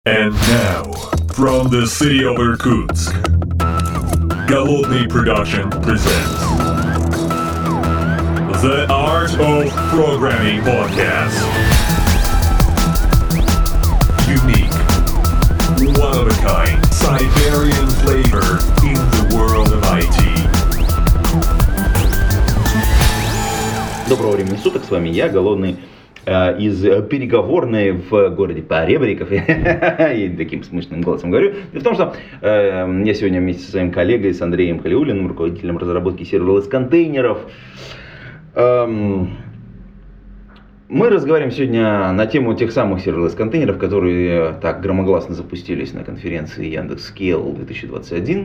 And now, from the city of Irkutsk, Голодный Production presents The Art of Programming Podcast. Unique, one-of-a-kind, Siberian flavor in the world of IT. Доброго времени суток, с вами я, Голодный, из переговорной в городе Поребриков. Я таким смешным голосом говорю. И в том, что я сегодня вместе со своим коллегой, с Андреем Халиуллиным, руководителем разработки серверлесс контейнеров, мы разговариваем сегодня на тему тех самых серверлесс контейнеров, которые так громогласно запустились на конференции Яндекс.Scale 2021.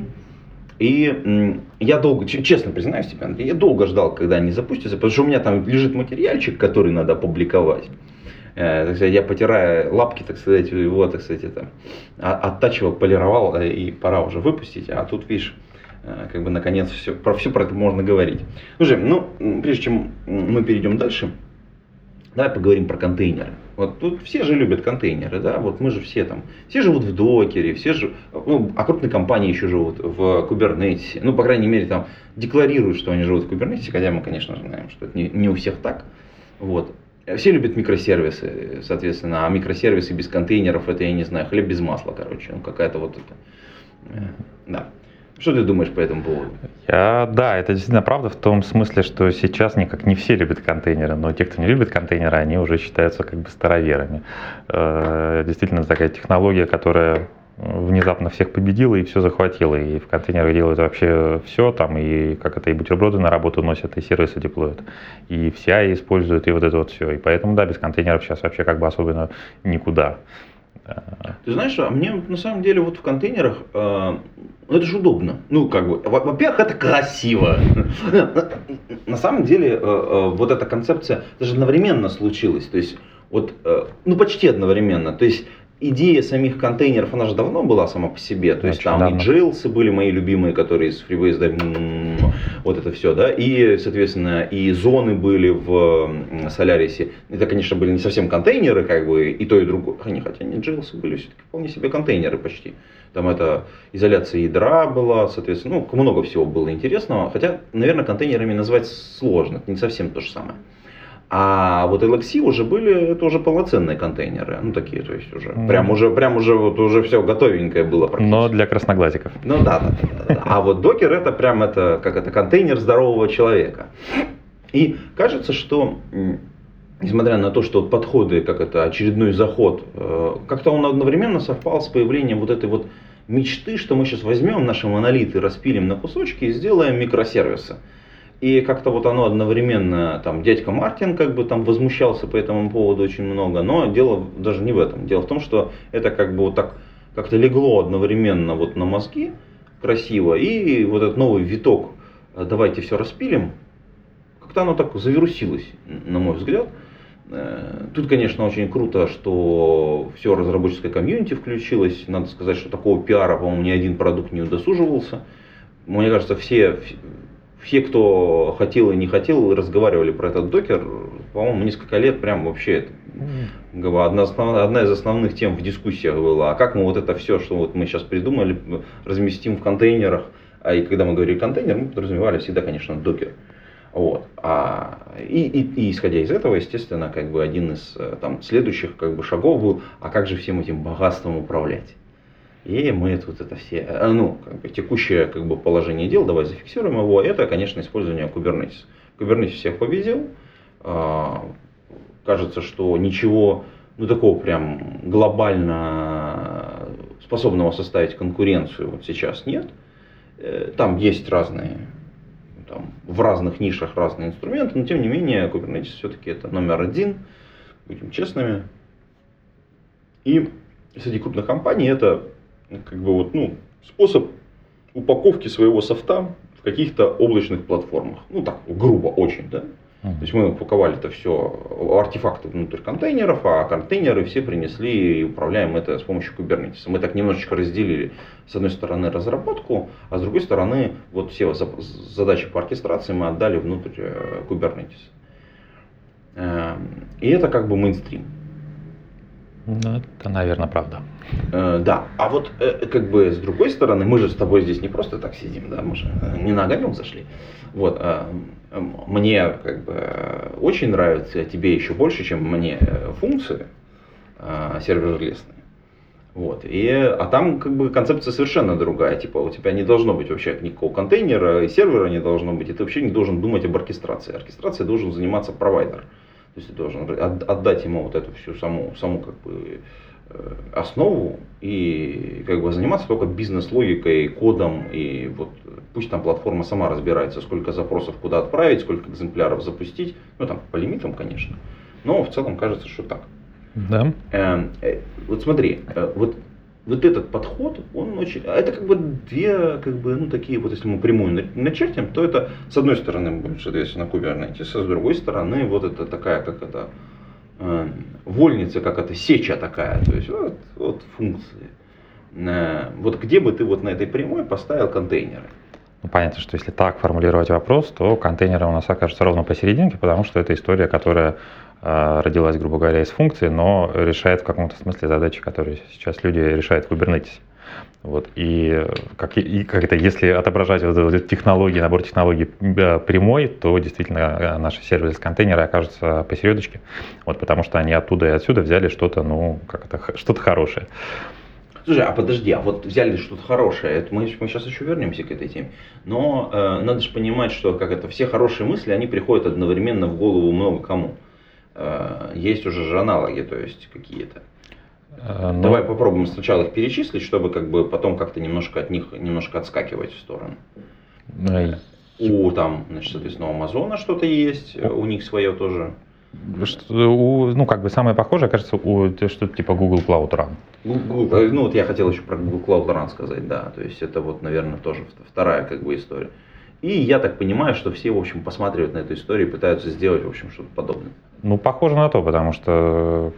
И я долго, честно признаюсь тебе, Андрей, я долго ждал, когда они запустятся, потому что у меня там лежит материальчик, который надо опубликовать. Так сказать, я, потирая лапки, так сказать, его, так сказать, это, оттачивал, полировал, и пора уже выпустить. А тут, видишь, как бы наконец все про это можно говорить. Слушай, прежде чем мы перейдем дальше, давай поговорим про контейнеры. Вот тут все же любят контейнеры, да, вот мы же все живут в докере, а крупные компании еще живут в кубернетисе, по крайней мере, там декларируют, что они живут в кубернетисе, хотя мы, конечно же, знаем, что это не у всех так, вот. Все любят микросервисы, соответственно, а микросервисы без контейнеров, это, я не знаю, хлеб без масла, короче, какая-то вот это, да. Что ты думаешь по этому поводу? Да, это действительно правда в том смысле, что сейчас никак не все любят контейнеры, но те, кто не любит контейнеры, они уже считаются как бы староверами. Действительно такая технология, которая внезапно всех победила и все захватила, и в контейнерах делают вообще все, там и и бутерброды на работу носят, и сервисы деплоят, и в CI используют, и вот это вот все. И поэтому, да, без контейнеров сейчас вообще как бы особенно никуда. Ты знаешь, а мне на самом деле вот в контейнерах это же удобно. Во-первых, это красиво. На самом деле вот эта концепция даже одновременно случилась. То есть почти одновременно. То есть идея самих контейнеров, она же давно была сама по себе. То есть там и джейлсы были мои любимые, которые из FreeBSD, вот это все, да. И, соответственно, и зоны были в Solaris. Это, конечно, были не совсем контейнеры, как бы, и то, и другое. Хотя не джейлсы были все-таки вполне себе контейнеры почти. Там это изоляция ядра была, соответственно, много всего было интересного. Хотя, наверное, контейнерами назвать сложно, это не совсем то же самое. А вот LXC это уже полноценные контейнеры, такие, то есть уже, прям уже все готовенькое было практически. Но для красноглазиков. Да. А вот докер это контейнер здорового человека. И кажется, что, несмотря на то, что подходы, очередной заход, как-то он одновременно совпал с появлением вот этой вот мечты, что мы сейчас возьмем наши монолиты, распилим на кусочки и сделаем микросервисы. И как-то оно одновременно, дядька Мартин возмущался по этому поводу очень много, но дело даже не в этом. Дело в том, что это как-то легло одновременно на мозги красиво, и вот этот новый виток, давайте все распилим, как-то оно так завирусилось, на мой взгляд. Тут, конечно, очень круто, что все разработческое комьюнити включилось. Надо сказать, что такого пиара, по-моему, ни один продукт не удосуживался. Мне кажется, все, кто хотел и не хотел, разговаривали про этот докер, по-моему, несколько лет прям вообще одна из основных тем в дискуссиях была. А как мы вот это все, что мы сейчас придумали, разместим в контейнерах? И когда мы говорили контейнер, мы подразумевали всегда, конечно, докер. Вот. И исходя из этого, естественно, один из следующих шагов был, а как же всем этим богатством управлять? И мы тут это все, текущее положение дел, давай зафиксируем его, это, конечно, использование Kubernetes. Kubernetes всех победил. Кажется, что ничего, такого прям глобально способного составить конкуренцию сейчас нет. Там есть разные, в разных нишах разные инструменты, но тем не менее Kubernetes все-таки это номер один, будем честными. И среди крупных компаний это способ упаковки своего софта в каких-то облачных платформах. Грубо очень, да. То есть мы упаковали это все, артефакты внутрь контейнеров, а контейнеры все принесли и управляем это с помощью Kubernetes. Мы так немножечко разделили, с одной стороны, разработку, а с другой стороны, все задачи по оркестрации мы отдали внутрь Kubernetes. И это мейнстрим. Ну, это, наверное, правда. Да, а вот как бы с другой стороны, мы же с тобой здесь не просто так сидим, да, мы же не на огонек зашли. Вот, мне как бы очень нравится, тебе еще больше, чем мне функции серверлесные. Вот. А там как бы концепция совершенно другая. Типа у тебя не должно быть вообще никакого контейнера и сервера не должно быть. И ты вообще не должен думать об оркестрации. Оркестрацией должен заниматься провайдер. То есть ты должен отдать ему вот эту всю саму как бы основу и как бы заниматься только бизнес-логикой, кодом. И вот пусть там платформа сама разбирается, сколько запросов куда отправить, сколько экземпляров запустить. Ну там по лимитам, конечно. Но в целом кажется, что так. Да. Вот смотри, вот этот подход, он очень, это как бы две, как бы, ну такие вот, если мы прямую начертим, то это с одной стороны будет, соответственно, Kubernetes, а с другой стороны вот это такая, как это, вольница, как это, сеча такая, то есть вот функции. Вот где бы ты вот на этой прямой поставил контейнеры? Ну, понятно, что если так формулировать вопрос, то контейнеры у нас окажутся ровно посерединке, потому что это история, которая родилась, грубо говоря, из функции, но решает в каком-то смысле задачи, которые сейчас люди решают в Kubernetes. Вот. И если отображать вот эту технологии, набор технологий прямой, то действительно наши сервис-контейнеры окажутся посередочке, вот, потому что они оттуда и отсюда взяли что-то, что-то хорошее. Слушай, а подожди, а вот взяли что-то хорошее, это мы сейчас еще вернемся к этой теме, но надо же понимать, что все хорошие мысли, они приходят одновременно в голову много кому. Есть уже же аналоги, то есть какие-то. Давай попробуем сначала их перечислить, чтобы как бы потом как-то немножко от них отскакивать в сторону. Там, значит, соответственно, у Амазона что-то есть, у них свое тоже. Самое похожее, кажется, что-то типа Google Cloud Run. Вот я хотел еще про Google Cloud Run сказать, да, то есть это вот, наверное, тоже вторая как бы история. И я так понимаю, что все, в общем, посматривают на эту историю и пытаются сделать, в общем, что-то подобное. Похоже на то, потому что,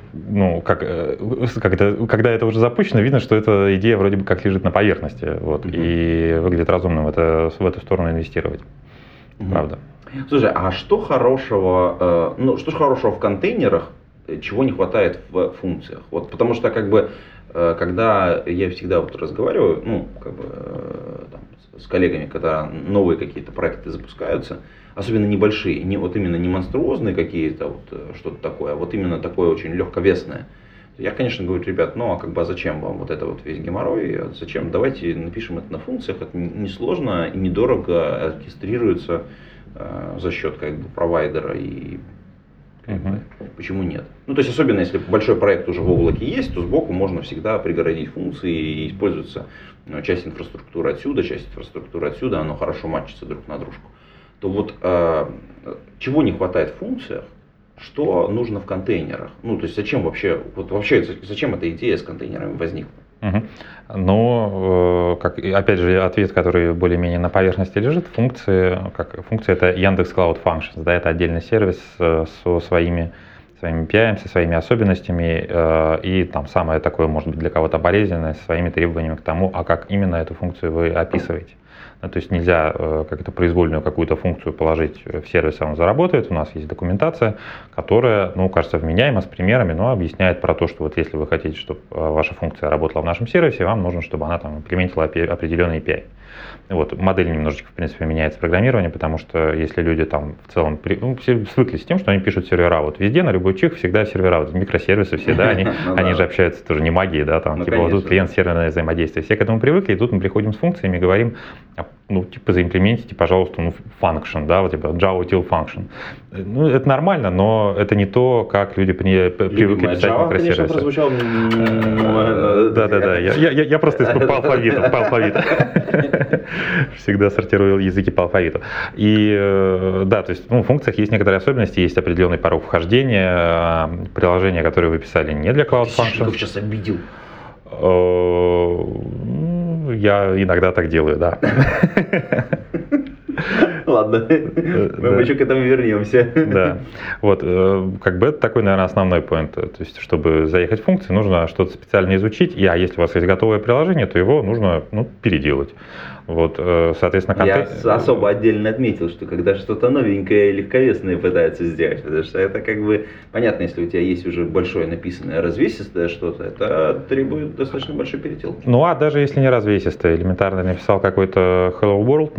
когда это уже запущено, видно, что эта идея вроде бы как лежит на поверхности, вот, и выглядит разумным в эту сторону инвестировать, правда. Слушай, а что хорошего в контейнерах, чего не хватает в функциях? Вот, потому что, как бы, когда я всегда вот разговариваю, с коллегами, когда новые какие-то проекты запускаются, особенно небольшие, именно не монструозные какие-то, вот что-то такое, а вот именно такое очень легковесное. Я, конечно, говорю, ребят, а зачем вам вот это вот весь геморрой, зачем, давайте напишем это на функциях, это несложно и недорого оркестрируется за счет как бы провайдера и почему нет? То есть особенно если большой проект уже в облаке есть, то сбоку можно всегда пригородить функции и используется часть инфраструктуры отсюда, оно хорошо матчится друг на дружку. То вот чего не хватает в функциях, что нужно в контейнерах? То есть зачем зачем эта идея с контейнерами возникла? Опять же, ответ, который более-менее на поверхности лежит, функция это Яндекс Cloud Functions, да, это отдельный сервис со своими API, со своими особенностями, и там самое такое, может быть, для кого-то болезненное, со своими требованиями к тому, а как именно эту функцию вы описываете. То есть нельзя как-то произвольную какую-то функцию положить в сервис, а он заработает. У нас есть документация, которая, кажется, вменяема, с примерами, но объясняет про то, что вот если вы хотите, чтобы ваша функция работала в нашем сервисе, вам нужно, чтобы она там имплементила определенный API. Вот, модель немножечко, в принципе, меняется программирование, потому что если люди там в целом все свыклись с тем, что они пишут сервера, вот везде на любой чих всегда сервера, вот микросервисы все, да, они же общаются тоже не магией, да, там, вот тут клиент-серверное взаимодействие, все к этому привыкли, и тут мы приходим с функциями и говорим, заимплементите, пожалуйста, function, да, вот Java util function. Это нормально, но это не то, как люди привыкли писать микросервисы. Да, я просто по алфавиту. Всегда сортирую языки по алфавиту. И да, то есть в функциях есть некоторые особенности, есть определенный порог вхождения, приложения, которые вы писали не для Cloud Functions. Ты сейчас обидел. Я иногда так делаю, да. Ладно, мы еще к этому вернемся. Да, вот, как бы это такой, наверное, основной поинт. То есть, чтобы заехать в функции, нужно что-то специально изучить, если у вас есть готовое приложение, то его нужно переделать. Вот, соответственно, Я особо отдельно отметил, что когда что-то новенькое и легковесное пытаются сделать, потому что это как бы, понятно, если у тебя есть уже большое написанное развесистое что-то, это требует достаточно большой переделки. Ну, а даже если не развесистое, элементарно написал какой-то Hello World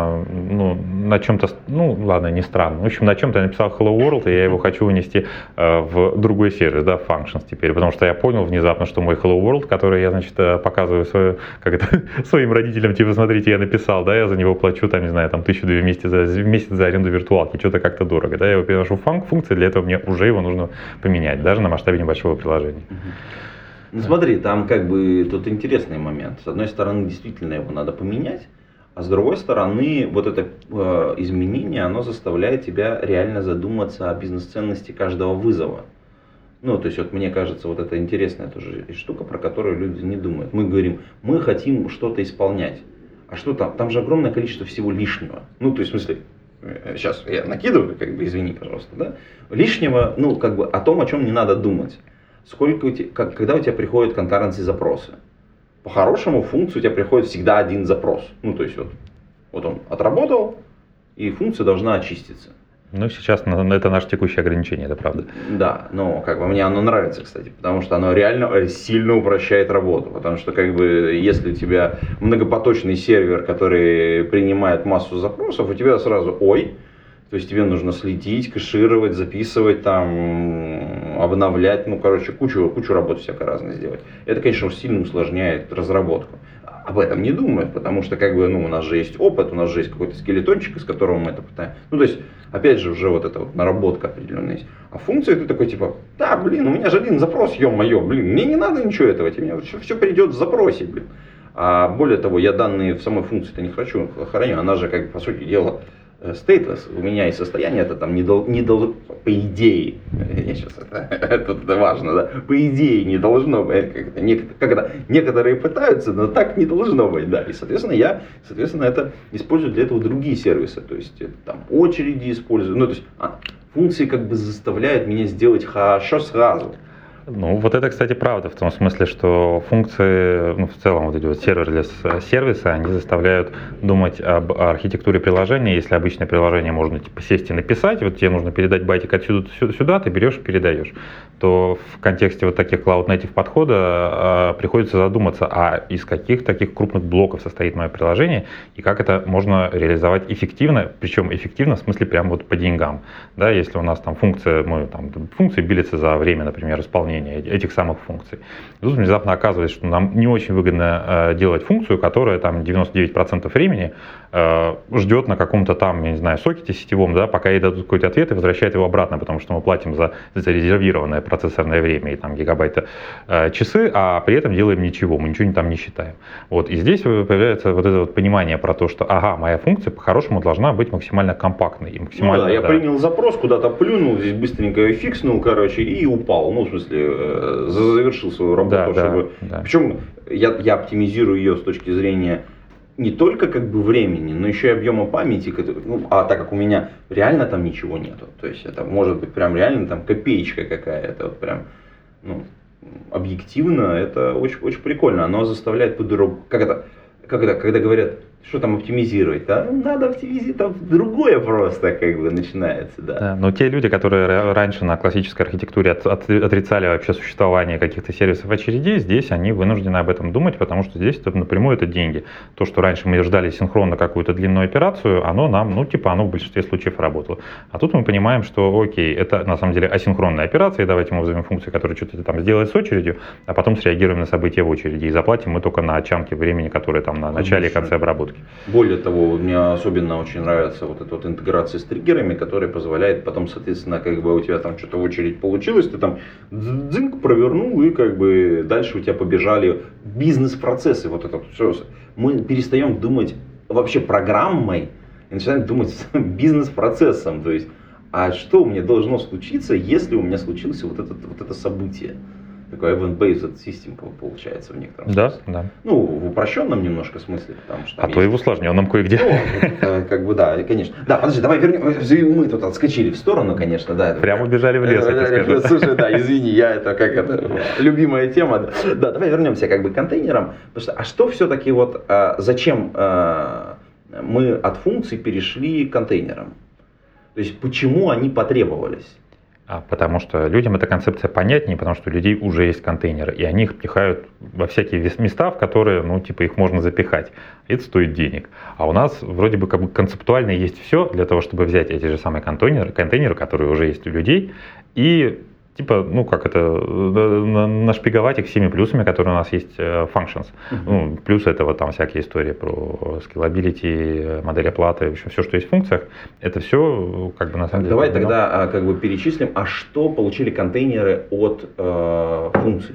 на чем-то, ладно, не странно, в общем, на чем-то я написал Hello World, и я его хочу унести в другой сервис, да, в Functions теперь, потому что я понял внезапно, что мой Hello World, который я, значит, показываю своим родителям, типа, смотрите, я написал, да, я за него плачу, там, не знаю, там, 1000 в месяц за аренду виртуалки, что-то как-то дорого, да, я его переношу в функции, для этого мне уже его нужно поменять, даже на масштабе небольшого приложения. Ну смотри, там как бы тут интересный момент. С одной стороны, действительно его надо поменять, а с другой стороны, вот это изменение, оно заставляет тебя реально задуматься о бизнес-ценности каждого вызова. Ну, то есть, вот мне кажется, вот это интересная тоже штука, про которую люди не думают. Мы говорим, мы хотим что-то исполнять. А что там? Там же огромное количество всего лишнего. Ну, то есть, в смысле, сейчас я накидываю, как бы, извини, пожалуйста, да? Лишнего, как бы, о том, о чем не надо думать. Когда у тебя приходят конкуренции запросы. По-хорошему, в функцию у тебя приходит всегда один запрос. Ну, то есть, вот он отработал, и функция должна очиститься. Ну, сейчас это наше текущее ограничение, это правда. Да, но как бы мне оно нравится, кстати, потому что оно реально сильно упрощает работу. Потому что как бы если у тебя многопоточный сервер, который принимает массу запросов, у тебя сразу то есть тебе нужно следить, кэшировать, записывать, там, обновлять, кучу работы всякой разной сделать. Это, конечно, сильно усложняет разработку. Об этом не думают, потому что как бы, у нас же есть опыт, у нас же есть какой-то скелетончик, из которого мы это пытаем. То есть, опять же, уже вот эта вот наработка определенная есть. А функция ты такой типа, да, у меня же один запрос, ё-моё, мне не надо ничего этого, тебе все придет в запросе, А более того, я данные в самой функции-то не храню, она же, как бы, по сути дела, stateless, у меня и состояние это там не должно, по идее, это важно, да, по идее не должно быть, некоторые пытаются, но так не должно быть, да, и соответственно это использую для этого другие сервисы, то есть там очереди использую, то есть функции как бы заставляют меня сделать хорошо сразу. Ну, вот это, кстати, правда, в том смысле, что функции, в целом, вот эти вот серверлес сервисы, они заставляют думать об архитектуре приложения. Если обычное приложение можно сесть и написать, вот тебе нужно передать байтик отсюда сюда, ты берешь и передаешь, то в контексте вот таких Cloud Native подхода приходится задуматься, из каких таких крупных блоков состоит мое приложение и как это можно реализовать эффективно, причем эффективно в смысле прям вот по деньгам. Да, если у нас там функции билятся за время, например, исполнения этих самых функций. И тут внезапно оказывается, что нам не очень выгодно делать функцию, которая там 99% времени ждет на каком-то там, я не знаю, сокете сетевом, да, пока ей дадут какой-то ответ и возвращает его обратно, потому что мы платим за зарезервированное процессорное время и там гигабайты часы, а при этом делаем ничего, мы ничего там не считаем. Вот, и здесь появляется вот это вот понимание про то, что моя функция по-хорошему должна быть максимально компактной и максимально... я принял запрос, куда-то плюнул, здесь быстренько ее фикснул, и упал. В смысле, завершил свою работу. Причем я оптимизирую ее с точки зрения не только как бы времени, но еще и объема памяти, так как у меня реально там ничего нету. То есть это может быть прям реально там копеечка какая-то, вот прям, объективно это очень, очень прикольно. Оно заставляет по-другому, когда говорят, что там оптимизировать, да? Надо оптимизировать, там другое просто как бы начинается, да. Да, но те люди, которые раньше на классической архитектуре отрицали вообще существование каких-то сервисов очередей, здесь они вынуждены об этом думать, потому что здесь напрямую это деньги. То, что раньше мы ждали синхронно какую-то длинную операцию, оно нам, оно в большинстве случаев работало. А тут мы понимаем, что окей, это на самом деле асинхронная операция, и давайте мы вызовем функцию, которая что-то там сделает с очередью, а потом среагируем на события в очереди и заплатим мы только на чанки времени, которые там на начале и конце обработки. Более того, мне особенно очень нравится вот эта вот интеграция с триггерами, которая позволяет потом, соответственно, как бы у тебя там что-то в очередь получилось, ты там дзынк провернул, и как бы дальше у тебя побежали бизнес-процессы. Вот это все. Мы перестаем думать вообще программой и начинаем думать бизнес-процессом. То есть, а что у меня должно случиться, если у меня случилось вот это событие? такой event-based system получается в некотором смысле. Да. Ну, в упрощенном немножко смысле, потому что... То и в усложненном кое-где. Ну, как бы да, конечно. Да, подожди, давай вернемся. Мы тут отскочили в сторону, конечно, да. Прямо убежали в лес, я тебе скажу. Слушай, да, извини, любимая тема. Да, давай вернемся как бы к контейнерам. Потому что, а что все-таки вот, зачем мы от функций перешли к контейнерам? То есть, почему они потребовались? Потому что людям эта концепция понятнее, потому что у людей уже есть контейнеры, и они их пихают во всякие места, в которые, ну, типа, их можно запихать. Это стоит денег. А у нас вроде бы как бы концептуально есть все для того, чтобы взять эти же самые контейнеры, которые уже есть у людей, и типа, ну, как это, нашпиговать их всеми плюсами, которые у нас есть functions. Ну, плюс это вот там всякие истории про scalability, модель оплаты, в общем, все, что есть в функциях, это все как бы на самом деле... Давай тогда как бы перечислим, а что получили контейнеры от функций?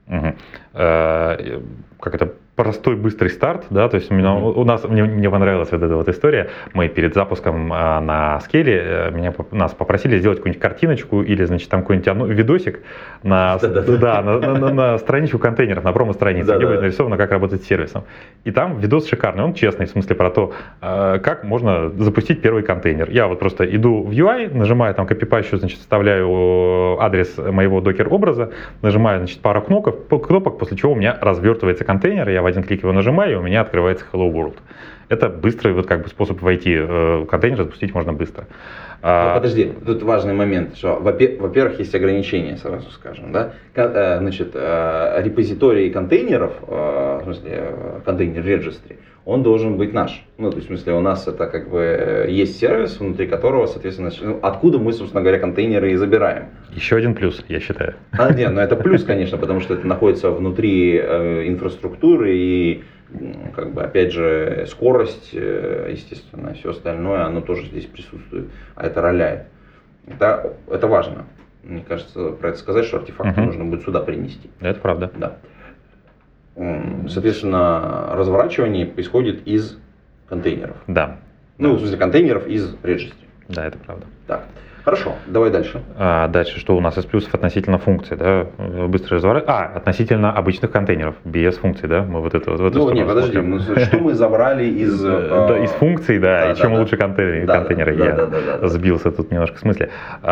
Как это? Простой, быстрый старт, да, то есть мне понравилась вот эта вот история, мы перед запуском на скейле, нас попросили сделать какую-нибудь картиночку или, значит, там какой-нибудь видосик на страничку контейнеров, на промо-странице, где будет нарисовано, как работать с сервисом. И там видос шикарный, он честный, в смысле про то, как можно запустить первый контейнер. Я вот просто иду в UI, нажимаю там копипащу, значит, вставляю адрес моего докер-образа, нажимаю, значит, пару кнопок, после чего у меня развертывается контейнер, я в один клик его нажимаю, и у меня открывается Hello World. Это быстрый вот как бы способ войти в контейнер, запустить можно быстро. Подожди, тут важный момент, что, во-первых, есть ограничения, сразу скажем, да? Значит, репозиторий контейнеров, в смысле, контейнер registry, он должен быть наш. Ну, то есть, в смысле, у нас это как бы есть сервис, внутри которого, соответственно, откуда мы, собственно говоря, контейнеры и забираем. Еще один плюс, я считаю. Нет, ну это плюс, конечно, потому что это находится внутри инфраструктуры и, как бы, опять же, скорость, естественно, все остальное, оно тоже здесь присутствует, а это роляет. Это важно. Мне кажется, про это сказать, что артефакты нужно будет сюда принести. Это правда. Да. Соответственно, разворачивание происходит из контейнеров. Да. Ну, в смысле, контейнеров из registry. Да, это правда. Так. Хорошо, давай дальше. Дальше, что у нас из плюсов относительно функций, да? Быстрый разворот. Относительно обычных контейнеров, без функций, да? Мы вот это вот. Ну, не, подожди, что мы забрали из... Из функций, да, и чем лучше контейнеры. Я сбился тут немножко в смысле.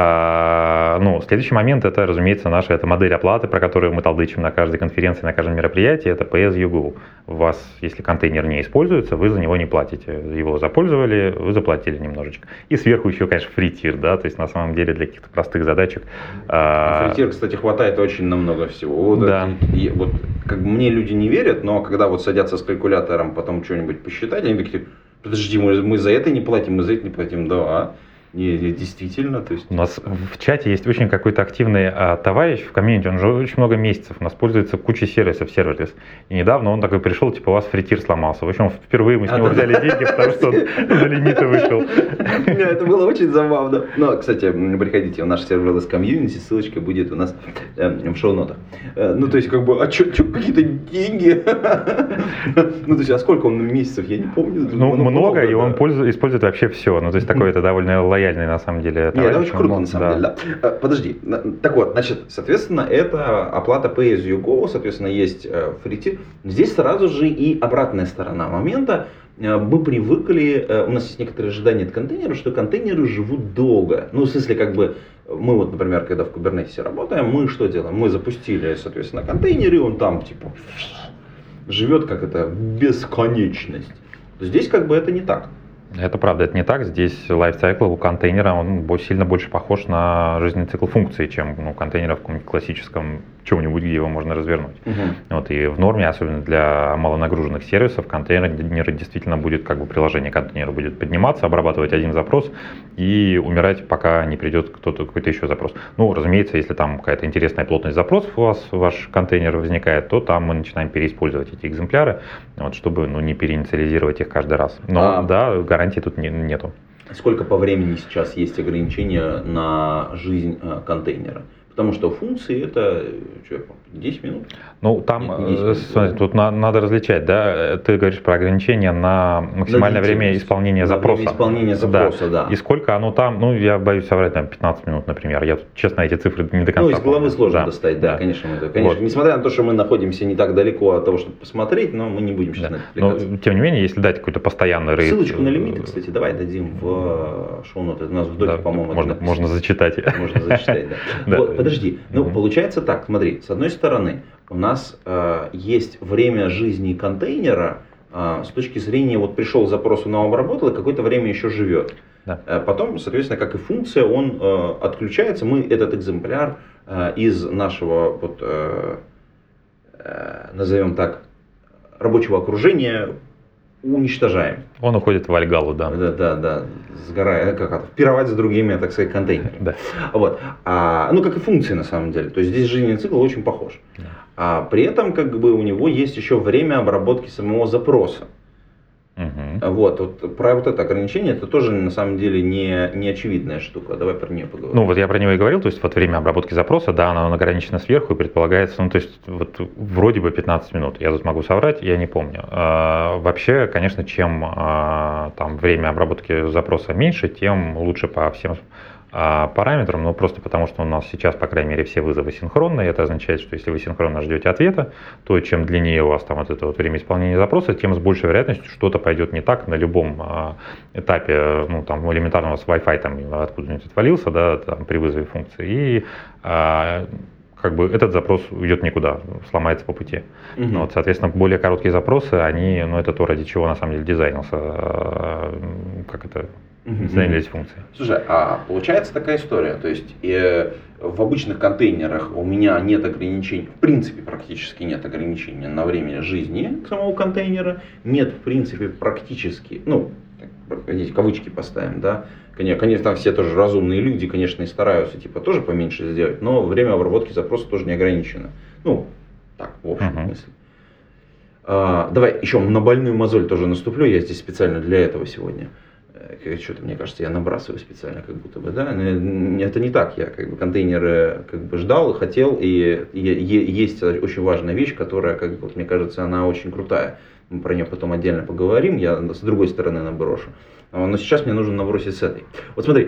Ну, следующий момент, это, разумеется, наша модель оплаты, про которую мы толдычим на каждой конференции, на каждом мероприятии, это Pay as you go. У вас, если контейнер не используется, вы за него не платите. Его запользовали, вы заплатили немножечко. И сверху еще, конечно, фритир, да, то есть на самом деле для каких-то простых задачек. Фритир, кстати, хватает очень на много всего. Да. Вот, как бы мне люди не верят, но когда вот садятся с калькулятором потом что-нибудь посчитать, они такие: подожди, мы за это не платим, мы за это не платим. Да, действительно. То есть... У нас в чате есть очень какой-то активный товарищ в комьюнити, он уже очень много месяцев, у нас пользуется кучей сервисов, серверлес. И недавно он такой пришел, типа, у вас фритир сломался. В общем, впервые мы с него взяли деньги, потому что он за лимиты вышел. Это было очень забавно. Но, кстати, приходите в наш серверлес комьюнити, ссылочка будет у нас в шоу-нотах. Ну, то есть, как бы, какие-то деньги? Ну, то есть, а сколько он месяцев, я не помню. Ну, много, и он использует вообще все. Ну, то есть, такой это довольно лояльный на самом деле. Нет, это очень круто на самом деле, да. Подожди, так вот, значит, соответственно, это оплата Pay as you go, соответственно, есть фритир. Здесь сразу же и обратная сторона момента. Мы привыкли, у нас есть некоторые ожидания от контейнеров, что контейнеры живут долго. Ну, в смысле, как бы, мы вот, например, когда в Kubernetes работаем, мы что делаем? Мы запустили, соответственно, контейнер, и он там, типа, живет как это, бесконечность. Здесь как бы это не так. Это правда, это не так. Здесь лайфцикл у контейнера, он сильно больше похож на жизненный цикл функции, чем контейнера в каком-нибудь классическом чего-нибудь, где его можно развернуть. Вот, и в норме, особенно для малонагруженных сервисов, контейнер действительно будет, как бы приложение контейнера будет подниматься, обрабатывать один запрос и умирать, пока не придет какой-то еще запрос. Ну, разумеется, если там какая-то интересная плотность запросов у вас, ваш контейнер возникает, то там мы начинаем переиспользовать эти экземпляры, вот, чтобы не переинициализировать их каждый раз. Но да, гарантии тут нету. Сколько по времени сейчас есть ограничения на жизнь контейнера? Потому что функции это 10 минут. Ну, там, смотри, тут надо различать, да, ты говоришь про ограничения на максимальное время исполнения запроса. Время исполнения запроса, да. И сколько оно там, ну, я боюсь соврать, там, 15 минут, например. Я тут, честно, эти цифры не до конца из головы помню. сложно достать, да, конечно. Вот. Несмотря на то, что мы находимся не так далеко от того, чтобы посмотреть, но мы не будем сейчас на это отвлекаться. Но, тем не менее, если дать какой-то постоянный рейд... Ссылочку на лимиты, кстати, давай дадим в шоу-ноты. У нас в доке, по-моему, можно зачитать. Можно зачитать, да. Вот, подожди, получается так, смотри, с одной стороны, у нас есть время жизни контейнера с точки зрения, вот пришел запрос, он обработал, и какое-то время еще живет. Да. Потом, соответственно, как и функция, он отключается. Мы этот экземпляр из нашего, вот, назовем так, рабочего окружения уничтожаем. Он уходит в Вальгалу, да. Да, сгорает, пировать с другими, так сказать, контейнерами. Да. Вот. Как и функции на самом деле. То есть здесь жизненный цикл очень похож. Да. При этом как бы у него есть еще время обработки самого запроса. Угу. Вот про вот это ограничение, это тоже на самом деле не очевидная штука. Давай про нее поговорим. Ну вот я про него и говорил, то есть вот время обработки запроса, да, оно ограничено сверху и предполагается, ну то есть вот вроде бы 15 минут. Я тут могу соврать, я не помню. Вообще, конечно, чем там время обработки запроса меньше, тем лучше по всем параметрам, но просто потому, что у нас сейчас, по крайней мере, все вызовы синхронные. Это означает, что если вы синхронно ждете ответа, то чем длиннее у вас там вот это вот время исполнения запроса, тем с большей вероятностью что-то пойдет не так на любом этапе, ну там элементарно у вас Wi-Fi там откуда-нибудь отвалился, да, там при вызове функции, и как бы этот запрос уйдет никуда, сломается по пути. Угу. Вот, соответственно, более короткие запросы, они, ну это то, ради чего на самом деле дизайнился, дизайнились функции. Слушай, получается такая история, то есть в обычных контейнерах у меня нет ограничений, в принципе практически нет ограничения на время жизни самого контейнера, нет в принципе практически, ну, здесь кавычки поставим, да, конечно, там все тоже разумные люди, конечно, и стараются типа тоже поменьше сделать, но время обработки запроса тоже не ограничено. Ну, так, в общем смысле. Давай еще на больную мозоль тоже наступлю, я здесь специально для этого сегодня. Что-то, мне кажется, я набрасываю специально, как будто бы, да, это не так, я как бы контейнеры как бы ждал и хотел, и есть очень важная вещь, которая, как бы, вот, мне кажется, она очень крутая, мы про нее потом отдельно поговорим, я с другой стороны наброшу, но сейчас мне нужно набросить с этой. Вот смотри,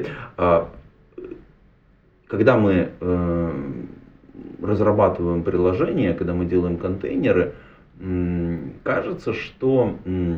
когда мы разрабатываем приложение, когда мы делаем контейнеры, кажется, что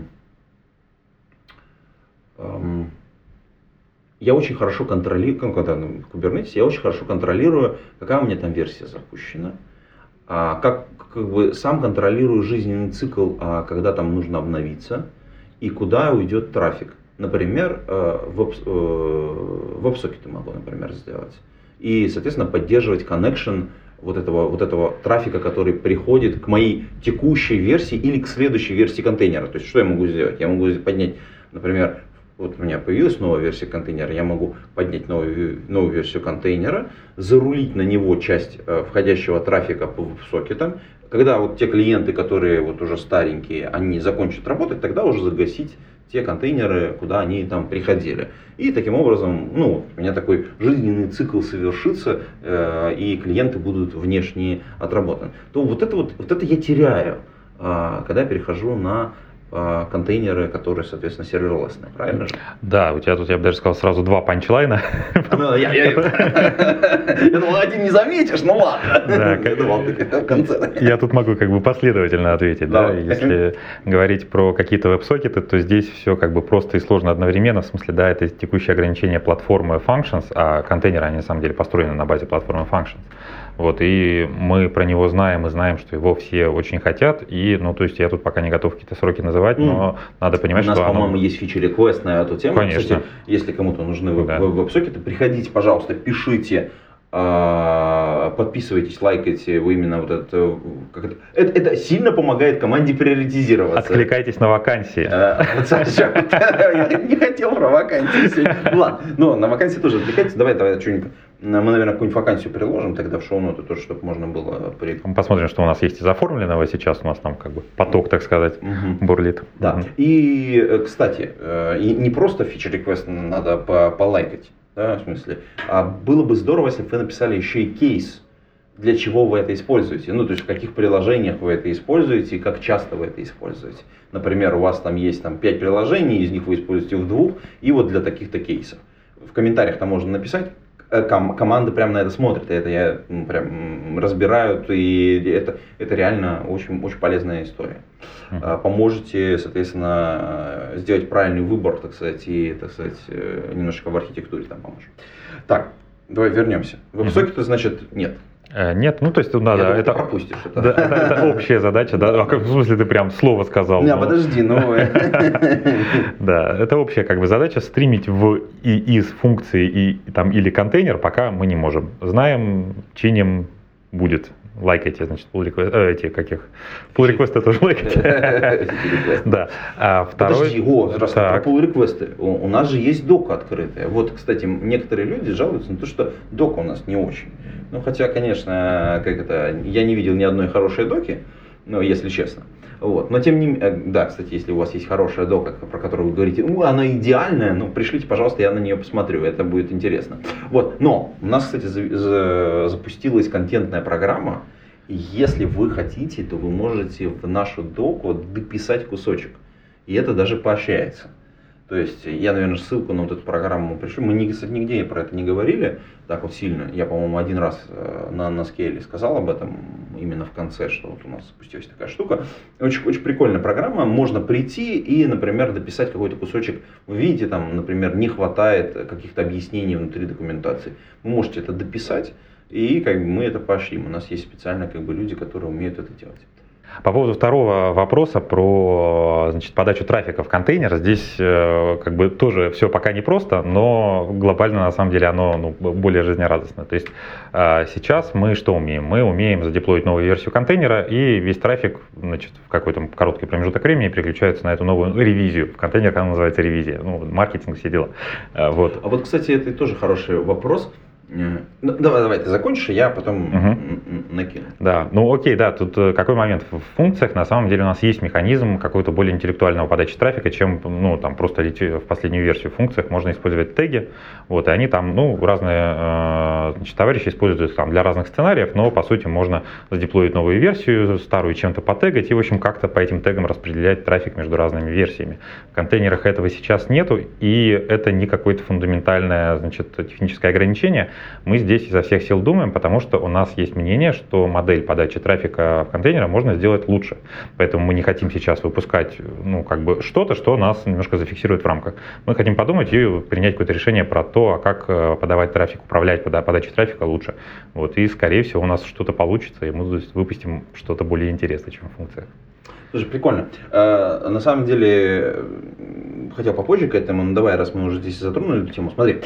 я очень хорошо контролирую, в Kubernetes я очень хорошо контролирую, какая у меня там версия запущена, как бы сам контролирую жизненный цикл, когда там нужно обновиться и куда уйдет трафик. Например, веб-сокеты могу, например, сделать. И, соответственно, поддерживать connection вот этого трафика, который приходит к моей текущей версии или к следующей версии контейнера. То есть, что я могу сделать? Я могу поднять, например, вот у меня появилась новая версия контейнера, я могу поднять новую версию контейнера, зарулить на него часть входящего трафика по веб-сокетам. Когда вот те клиенты, которые вот уже старенькие, они закончат работать, тогда уже загасить те контейнеры, куда они там приходили. И таким образом, ну, у меня такой жизненный цикл совершится, и клиенты будут внешне отработаны. То вот это я теряю, когда я перехожу на контейнеры, которые, соответственно, серверлесные, правильно же? Да, у тебя тут, я бы даже сказал, сразу два панчлайна. Я думал, один не заметишь, ну ладно. Я думал, в конце. Я тут могу как бы последовательно ответить. Да? Если говорить про какие-то веб-сокеты, то здесь все как бы просто и сложно одновременно. В смысле, да, это текущее ограничение платформы Functions, а контейнеры, они на самом деле построены на базе платформы Functions. Вот, и мы про него знаем, и знаем, что его все очень хотят, и, ну, то есть я тут пока не готов какие-то сроки называть, но надо понимать, что у нас, по-моему, есть фичи-реквест на эту тему. Конечно. Кстати, если кому-то нужны веб-сокеты, приходите, пожалуйста, пишите, подписывайтесь, лайкайте, вы именно вот это сильно помогает команде приоритизироваться. Откликайтесь на вакансии. Я не хотел про вакансии. Ладно, но на вакансии тоже откликайтесь. Давай что-нибудь. Мы, наверное, какую-нибудь вакансию приложим тогда в шоу-ноты, тоже, чтобы можно было... Мы посмотрим, что у нас есть из оформленного. Сейчас у нас там как бы поток, так сказать, бурлит. Да. И, кстати, не просто фичер-реквест надо полайкать. да, в смысле. А было бы здорово, если бы вы написали еще и кейс, для чего вы это используете. Ну, то есть в каких приложениях вы это используете и как часто вы это используете. Например, у вас там есть 5 приложений, из них вы используете в 2, и вот для таких-то кейсов. В комментариях там можно написать, команды прямо на это смотрят, и это прям разбирают, и это реально очень, очень полезная история. Поможете, соответственно, сделать правильный выбор, так сказать, и, немножко в архитектуре там поможем. Так, давай вернемся. WebSocket, значит, нет. Нет, ну то есть надо, это пропустишь это. Да, это общая задача, да, в смысле ты прям слово сказал. Подожди, Да, это общая задача, стримить в и из функции или контейнер пока мы не можем. Знаем, чиним, будет. Лайкайте, значит, pull request, pull request тоже лайкайте. Да. Подожди, раз про pull request, у нас же есть дока открытая. Вот, кстати, некоторые люди жалуются на то, что дока у нас не очень. Ну, хотя, конечно, я не видел ни одной хорошей доки, если честно. Вот. Но тем не менее, да, кстати, если у вас есть хорошая дока, про которую вы говорите, она идеальная, пришлите, пожалуйста, я на нее посмотрю, это будет интересно. Вот. Но у нас, кстати, запустилась контентная программа, и если вы хотите, то вы можете в нашу доку дописать кусочек, и это даже поощряется. То есть я, наверное, ссылку на вот эту программу пришлю. Мы, кстати, нигде про это не говорили так вот сильно. Я, по-моему, один раз на скейле сказал об этом именно в конце, что вот у нас спустилась такая штука. Очень, очень прикольная программа. Можно прийти и, например, дописать какой-то кусочек. Вы видите, там, например, не хватает каких-то объяснений внутри документации. Вы можете это дописать, и мы это поощрим. У нас есть специально люди, которые умеют это делать. По поводу второго вопроса про подачу трафика в контейнер, здесь тоже все пока непросто, но глобально на самом деле оно более жизнерадостно. То есть сейчас мы что умеем? Мы умеем задеплоить новую версию контейнера, и весь трафик в какой-то короткий промежуток времени переключается на эту новую ревизию. В контейнер она называется ревизия. Маркетинг, все дела. Вот. А вот, кстати, это тоже хороший вопрос. Давай, ты закончишь, я потом накину. Да, окей, да, тут какой момент? В функциях на самом деле у нас есть механизм какого-то более интеллектуального подачи трафика, чем просто в последнюю версию. В функциях можно использовать теги, и они там, разные товарищи используют для разных сценариев, но по сути можно задеплоить новую версию, старую чем-то потегать и, в общем, как-то по этим тегам распределять трафик между разными версиями. В контейнерах этого сейчас нету, и это не какое-то фундаментальное, техническое ограничение. Мы здесь изо всех сил думаем, потому что у нас есть мнение, что модель подачи трафика в контейнеры можно сделать лучше. Поэтому мы не хотим сейчас выпускать что-то, что нас немножко зафиксирует в рамках. Мы хотим подумать и принять какое-то решение про то, как подавать трафик, управлять подачей трафика лучше. И, скорее всего, у нас что-то получится, и мы выпустим что-то более интересное, чем в функциях. Слушай, прикольно. На самом деле, хотел попозже к этому, но давай, раз мы уже здесь затронули эту тему, смотри.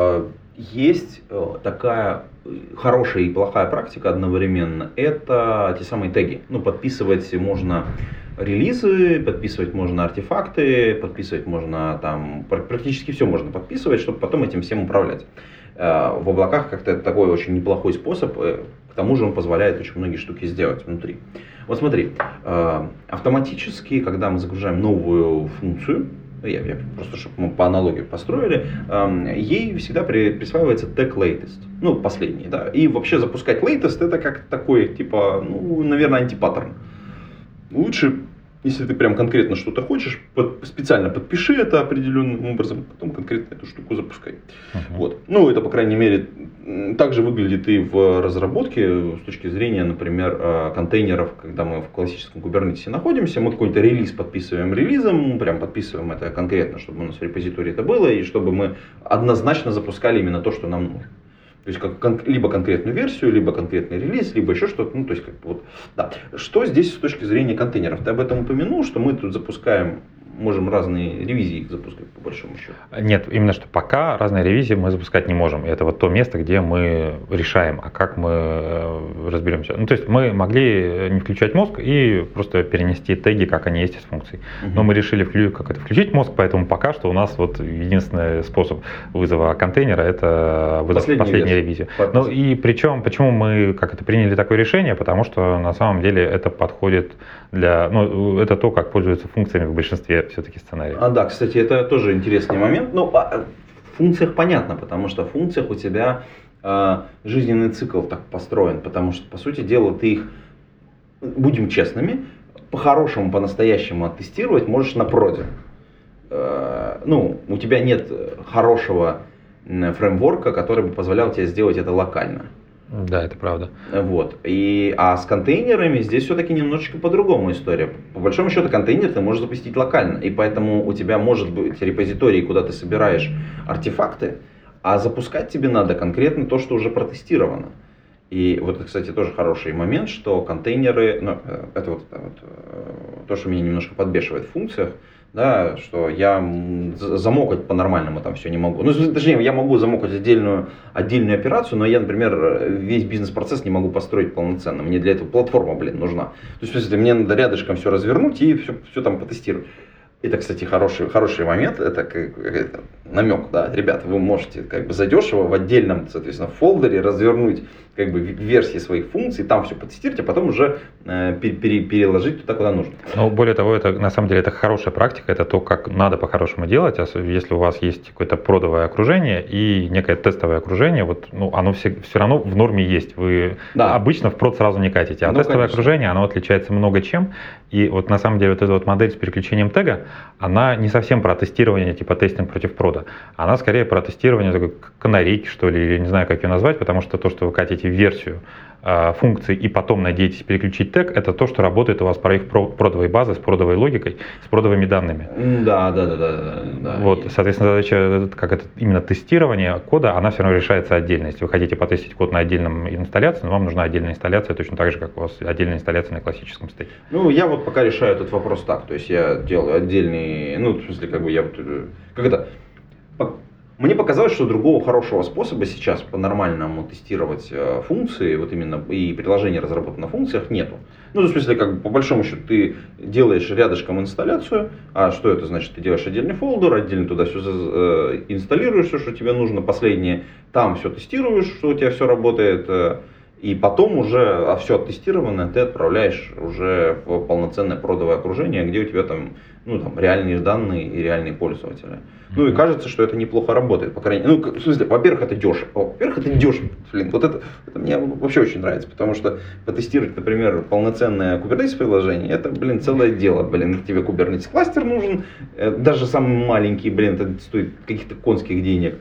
Есть такая хорошая и плохая практика одновременно. Это те самые теги. Подписывать можно релизы, подписывать можно артефакты, подписывать можно практически все можно подписывать, чтобы потом этим всем управлять. В облаках как-то это такой очень неплохой способ. К тому же он позволяет очень многие штуки сделать внутри. Вот смотри, автоматически, когда мы загружаем новую функцию, я просто, чтобы мы по аналогии построили, ей всегда присваивается тег latest, последний, да. И вообще запускать latest это как такой, наверное, антипаттерн. Лучше, если ты прям конкретно что-то хочешь, специально подпиши это определенным образом, потом конкретно эту штуку запускай. Вот. Это, по крайней мере, также выглядит и в разработке с точки зрения, например, контейнеров, когда мы в классическом Kubernetes находимся, мы какой-то релиз подписываем релизом, прям подписываем это конкретно, чтобы у нас в репозитории это было, и чтобы мы однозначно запускали именно то, что нам нужно. То есть либо конкретную версию, либо конкретный релиз, либо еще что-то. Да. Что здесь с точки зрения контейнеров? Ты об этом упомянул, что мы тут можем разные ревизии их запускать по большому счету? Нет, именно что пока разные ревизии мы запускать не можем. Это то место, где мы решаем, а как мы разберемся. То есть мы могли не включать мозг и просто перенести теги, как они есть из функций. Но мы решили включить мозг, поэтому пока что у нас единственный способ вызова контейнера это последняя ревизия. И причем, почему мы приняли такое решение? Потому что на самом деле это подходит это то, как пользуются функциями в большинстве все-таки сценариев. Да, кстати, это тоже интересный момент. В функциях понятно, потому что в функциях у тебя жизненный цикл так построен, потому что, по сути дела, ты их, будем честными, по-хорошему, по-настоящему оттестировать можешь на проде. У тебя нет хорошего фреймворка, который бы позволял тебе сделать это локально. Да, это правда. Вот. А с контейнерами здесь все-таки немножечко по-другому история. По большому счету контейнер ты можешь запустить локально, и поэтому у тебя может быть репозиторий, куда ты собираешь артефакты, а запускать тебе надо конкретно то, что уже протестировано. И вот, кстати, тоже хороший момент, что контейнеры, это то, что меня немножко подбешивает в функциях, да, что я замокать по-нормальному там все не могу. Точнее, я могу замокать отдельную операцию, но я, например, весь бизнес-процесс не могу построить полноценно. Мне для этого платформа, нужна. То есть, в смысле, мне надо рядышком все развернуть и все там потестировать. Это, кстати, хороший момент, это намек, да, ребята, вы можете задешево в отдельном, соответственно, фолдере развернуть версии своих функций, там все потестировать, а потом уже переложить туда, куда нужно. Но более того, это на самом деле это хорошая практика, это то, как надо по-хорошему делать, если у вас есть какое-то продовое окружение и некое тестовое окружение, оно все равно в норме есть. Вы обычно в прод сразу не катите, а тестовое окружение, оно отличается много чем. И на самом деле эта модель с переключением тега, она не совсем про тестирование, типа тестинг против прода. Она скорее про тестирование такой канарейки, что ли, или не знаю, как ее назвать, потому что то, что вы катите в версию функций и потом надеетесь переключить тег, это то, что работает у вас про их продовой базы, с продовой логикой, с продовыми данными. Да. Вот, соответственно, задача, именно тестирование кода, она все равно решается отдельно. Если вы хотите потестить код на отдельном инсталляции, вам нужна отдельная инсталляция, точно так же, как у вас отдельная инсталляция на классическом стеке. Я пока решаю этот вопрос так, то есть я делаю отдельный, мне показалось, что другого хорошего способа сейчас по-нормальному тестировать функции, именно и приложения, разработанные на функциях, нету. В смысле, по большому счету, ты делаешь рядышком инсталляцию, а что это значит? Ты делаешь отдельный фолдер, отдельно туда все инсталируешь, все, что тебе нужно, последнее, там все тестируешь, что у тебя все работает, и потом уже все оттестированное ты отправляешь уже в полноценное продовое окружение, где у тебя там реальные данные и реальные пользователи. И кажется, что это неплохо работает, по крайней мере. В смысле, во-первых, это дешево. Вот это мне вообще очень нравится, потому что потестировать, например, полноценное Kubernetes приложение, это, целое дело. Тебе Kubernetes кластер нужен, даже самый маленький, это стоит каких-то конских денег.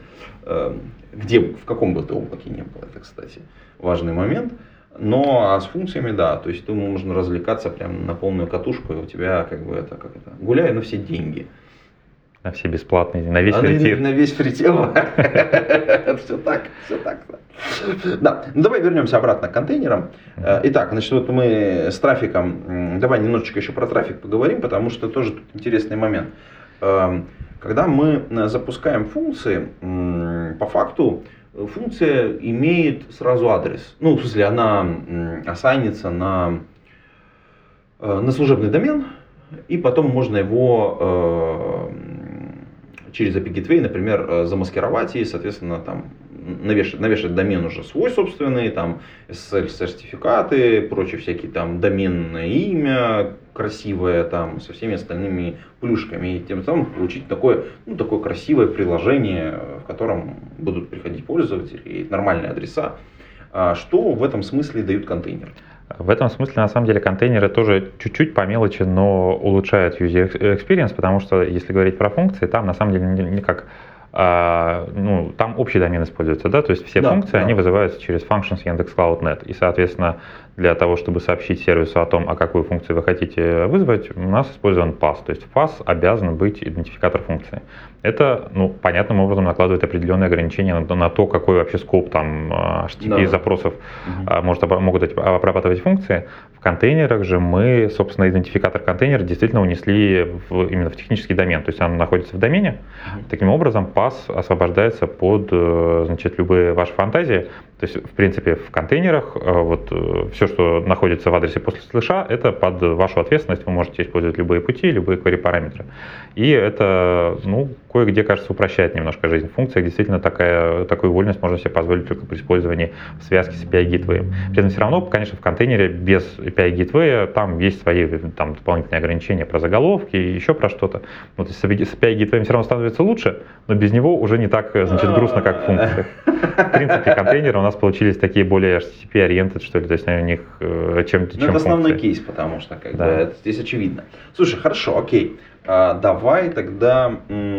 В каком бы ты облаке не было, это, кстати, важный момент. Но с функциями, да, то есть можно развлекаться прям на полную катушку, и у тебя гуляй на все деньги. На все бесплатные, на весь фритир. На весь фритир. Все так. Да, давай вернемся обратно к контейнерам. Итак, мы с трафиком, давай немножечко еще про трафик поговорим, потому что тоже тут интересный момент. Когда мы запускаем функции, по факту функция имеет сразу адрес. В смысле, она ассайнится на служебный домен, и потом можно его через API Gateway, например, замаскировать и, соответственно, навешать домен уже свой собственный, SSL-сертификаты, прочие всякие доменное имя красивое, со всеми остальными плюшками, и тем самым получить такое красивое приложение, в котором будут приходить пользователи и нормальные адреса. Что в этом смысле дают контейнеры? В этом смысле, на самом деле, контейнеры тоже чуть-чуть по мелочи, но улучшают user experience, потому что, если говорить про функции, там на самом деле никак, там общий домен используется, да, то есть все функции, они вызываются через functions Яндекс.Клауд.нет, и, соответственно, для того, чтобы сообщить сервису о том, а какую функцию вы хотите вызвать, у нас использован pass, то есть в pass обязан быть идентификатор функции. Это, понятным образом накладывает определенные ограничения на то, какой вообще скоп HTTP запросов могут обрабатывать функции. В контейнерах же мы, собственно, идентификатор контейнера действительно унесли именно в технический домен, то есть он находится в домене. Таким образом, pass освобождается под, любые ваши фантазии. То есть, в принципе, в контейнерах вот все, что находится в адресе после слэша, это под вашу ответственность. Вы можете использовать любые пути, любые query-параметры. И это, кое-где, кажется, упрощает немножко жизнь. В функциях действительно такую вольность можно себе позволить только при использовании связки с API Gateway. При этом все равно, конечно, в контейнере без API Gateway там есть свои там, дополнительные ограничения про заголовки и еще про что-то. Вот с API Gateway все равно становится лучше, но без него уже не так, грустно, как в функциях. В принципе, контейнеры у нас получились такие более HTTP-ориенted, что ли, то есть у них чем функции. Это основной кейс, потому что это здесь очевидно. Слушай, хорошо, окей. Давай тогда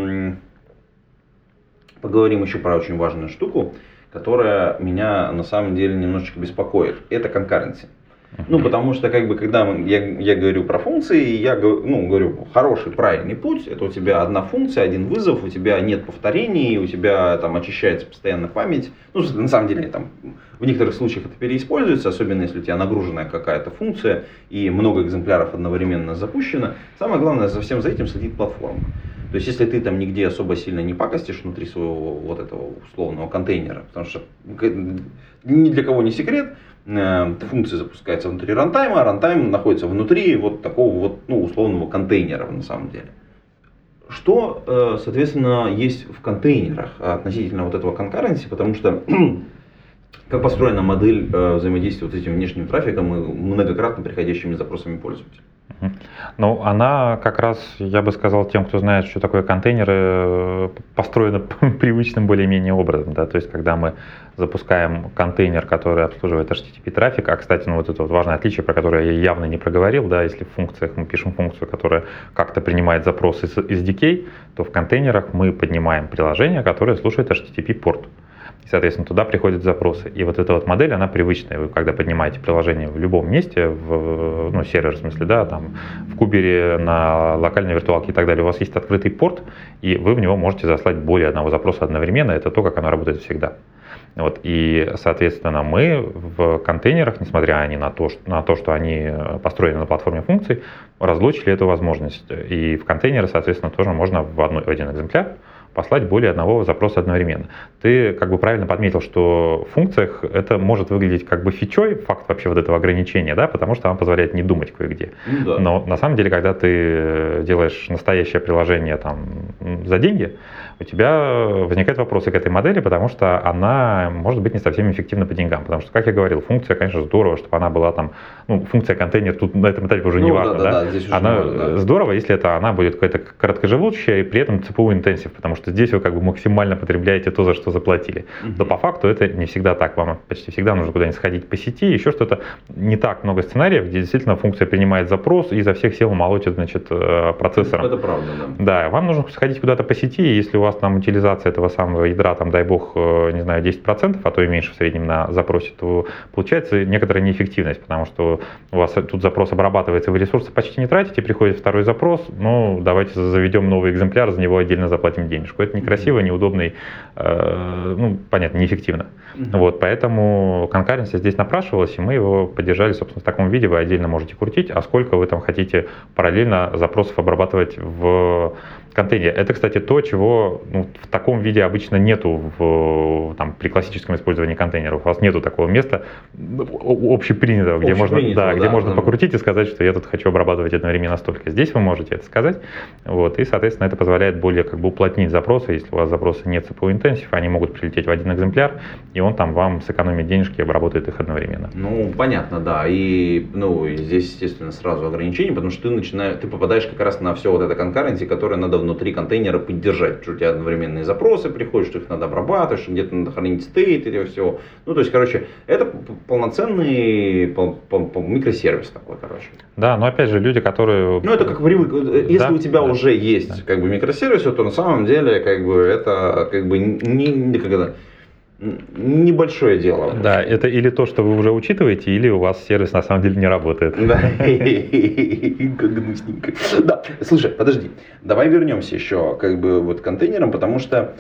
поговорим еще про очень важную штуку, которая меня на самом деле немножечко беспокоит. Это конкуренция. Потому что, когда я говорю про функции, я говорю, хороший, правильный путь, это у тебя одна функция, один вызов, у тебя нет повторений, у тебя там очищается постоянно память. На самом деле, там, в некоторых случаях это переиспользуется, особенно если у тебя нагруженная какая-то функция и много экземпляров одновременно запущено. Самое главное, за всем за этим следит платформа. То есть, если ты там нигде особо сильно не пакостишь внутри своего вот этого условного контейнера, потому что ни для кого не секрет, функция запускается внутри рантайма, а рантайм находится внутри вот такого вот условного контейнера на самом деле. Что, соответственно, есть в контейнерах относительно вот этого конкуренции, потому что как построена модель взаимодействия вот с этим внешним трафиком и многократно приходящими запросами пользователя? Она как раз, я бы сказал, тем, кто знает, что такое контейнеры, построена привычным более-менее образом. Да? То есть, когда мы запускаем контейнер, который обслуживает HTTP-трафик, а, кстати, вот это вот важное отличие, про которое я явно не проговорил, да, если в функциях мы пишем функцию, которая как-то принимает запрос из SDK, то в контейнерах мы поднимаем приложение, которое слушает HTTP-порт. И, соответственно, туда приходят запросы. И вот эта вот модель, она привычная. Вы когда поднимаете приложение в любом месте, сервер в смысле, да, там, в кубере, на локальной виртуалке и так далее, у вас есть открытый порт, и вы в него можете заслать более одного запроса одновременно. Это то, как оно работает всегда. Вот, и, соответственно, мы в контейнерах, несмотря на то, что они построены на платформе функций, разлучили эту возможность. И в контейнеры, соответственно, тоже можно в один экземпляр послать более одного запроса одновременно. Ты правильно подметил, что в функциях это может выглядеть фичой, факт вообще вот этого ограничения, да, потому что она позволяет не думать кое-где. Да. Но на самом деле, когда ты делаешь настоящее приложение там, за деньги, у тебя возникают вопросы к этой модели, потому что она может быть не совсем эффективна по деньгам. Потому что, как я говорил, функция, конечно, здорово, чтобы она была там, функция контейнер, тут на этом этапе уже не важно. Да, она здорово, если она будет какая-то короткоживущая и при этом CPU интенсив, потому что здесь вы максимально потребляете то, за что заплатили. Но по факту это не всегда так. Вам почти всегда нужно куда-нибудь сходить по сети, еще что-то. Не так много сценариев, где действительно функция принимает запрос и изо всех сил молотит, процессором. Это правда, да. Да, вам нужно сходить куда-то по сети, и если у вас там утилизация этого самого ядра, там, дай бог, не знаю, 10%, а то и меньше в среднем на запросе, то получается некоторая неэффективность, потому что у вас тут запрос обрабатывается, вы ресурсы почти не тратите, приходит второй запрос, давайте заведем новый экземпляр, за него отдельно заплатим денежку. Это некрасиво, неудобно и, понятно, неэффективно. Вот, поэтому конкуренция здесь напрашивалась, и мы его поддержали, собственно, в таком виде. Вы отдельно можете крутить, а сколько вы там хотите параллельно запросов обрабатывать в контейнере. Это, кстати, то, чего в таком виде обычно нету при классическом использовании контейнеров. У вас нету такого места общепринятого, где можно покрутить и сказать, что я тут хочу обрабатывать одновременно столько. Здесь вы можете это сказать, вот, и, соответственно, это позволяет более уплотнить запросы. Если у вас запросы нет CPU intensive, они могут прилететь в один экземпляр, и он там вам сэкономит денежки и обработает их одновременно. Понятно, да. И здесь, естественно, сразу ограничения, потому что ты попадаешь как раз на все вот это конкуренции, которое надо внутри контейнера поддержать. Что у тебя одновременные запросы приходят, что их надо обрабатывать, что где-то надо хранить стейт и все. Это полноценный микросервис такой, Да, но опять же, люди, которые... это как привык. Если у тебя уже есть микросервис, то на самом деле это небольшое дело. Да, это или то, что вы уже учитываете, или у вас сервис на самом деле не работает. Да, как гнусненько. Да, слушай, подожди, давай вернемся еще к контейнерам, потому что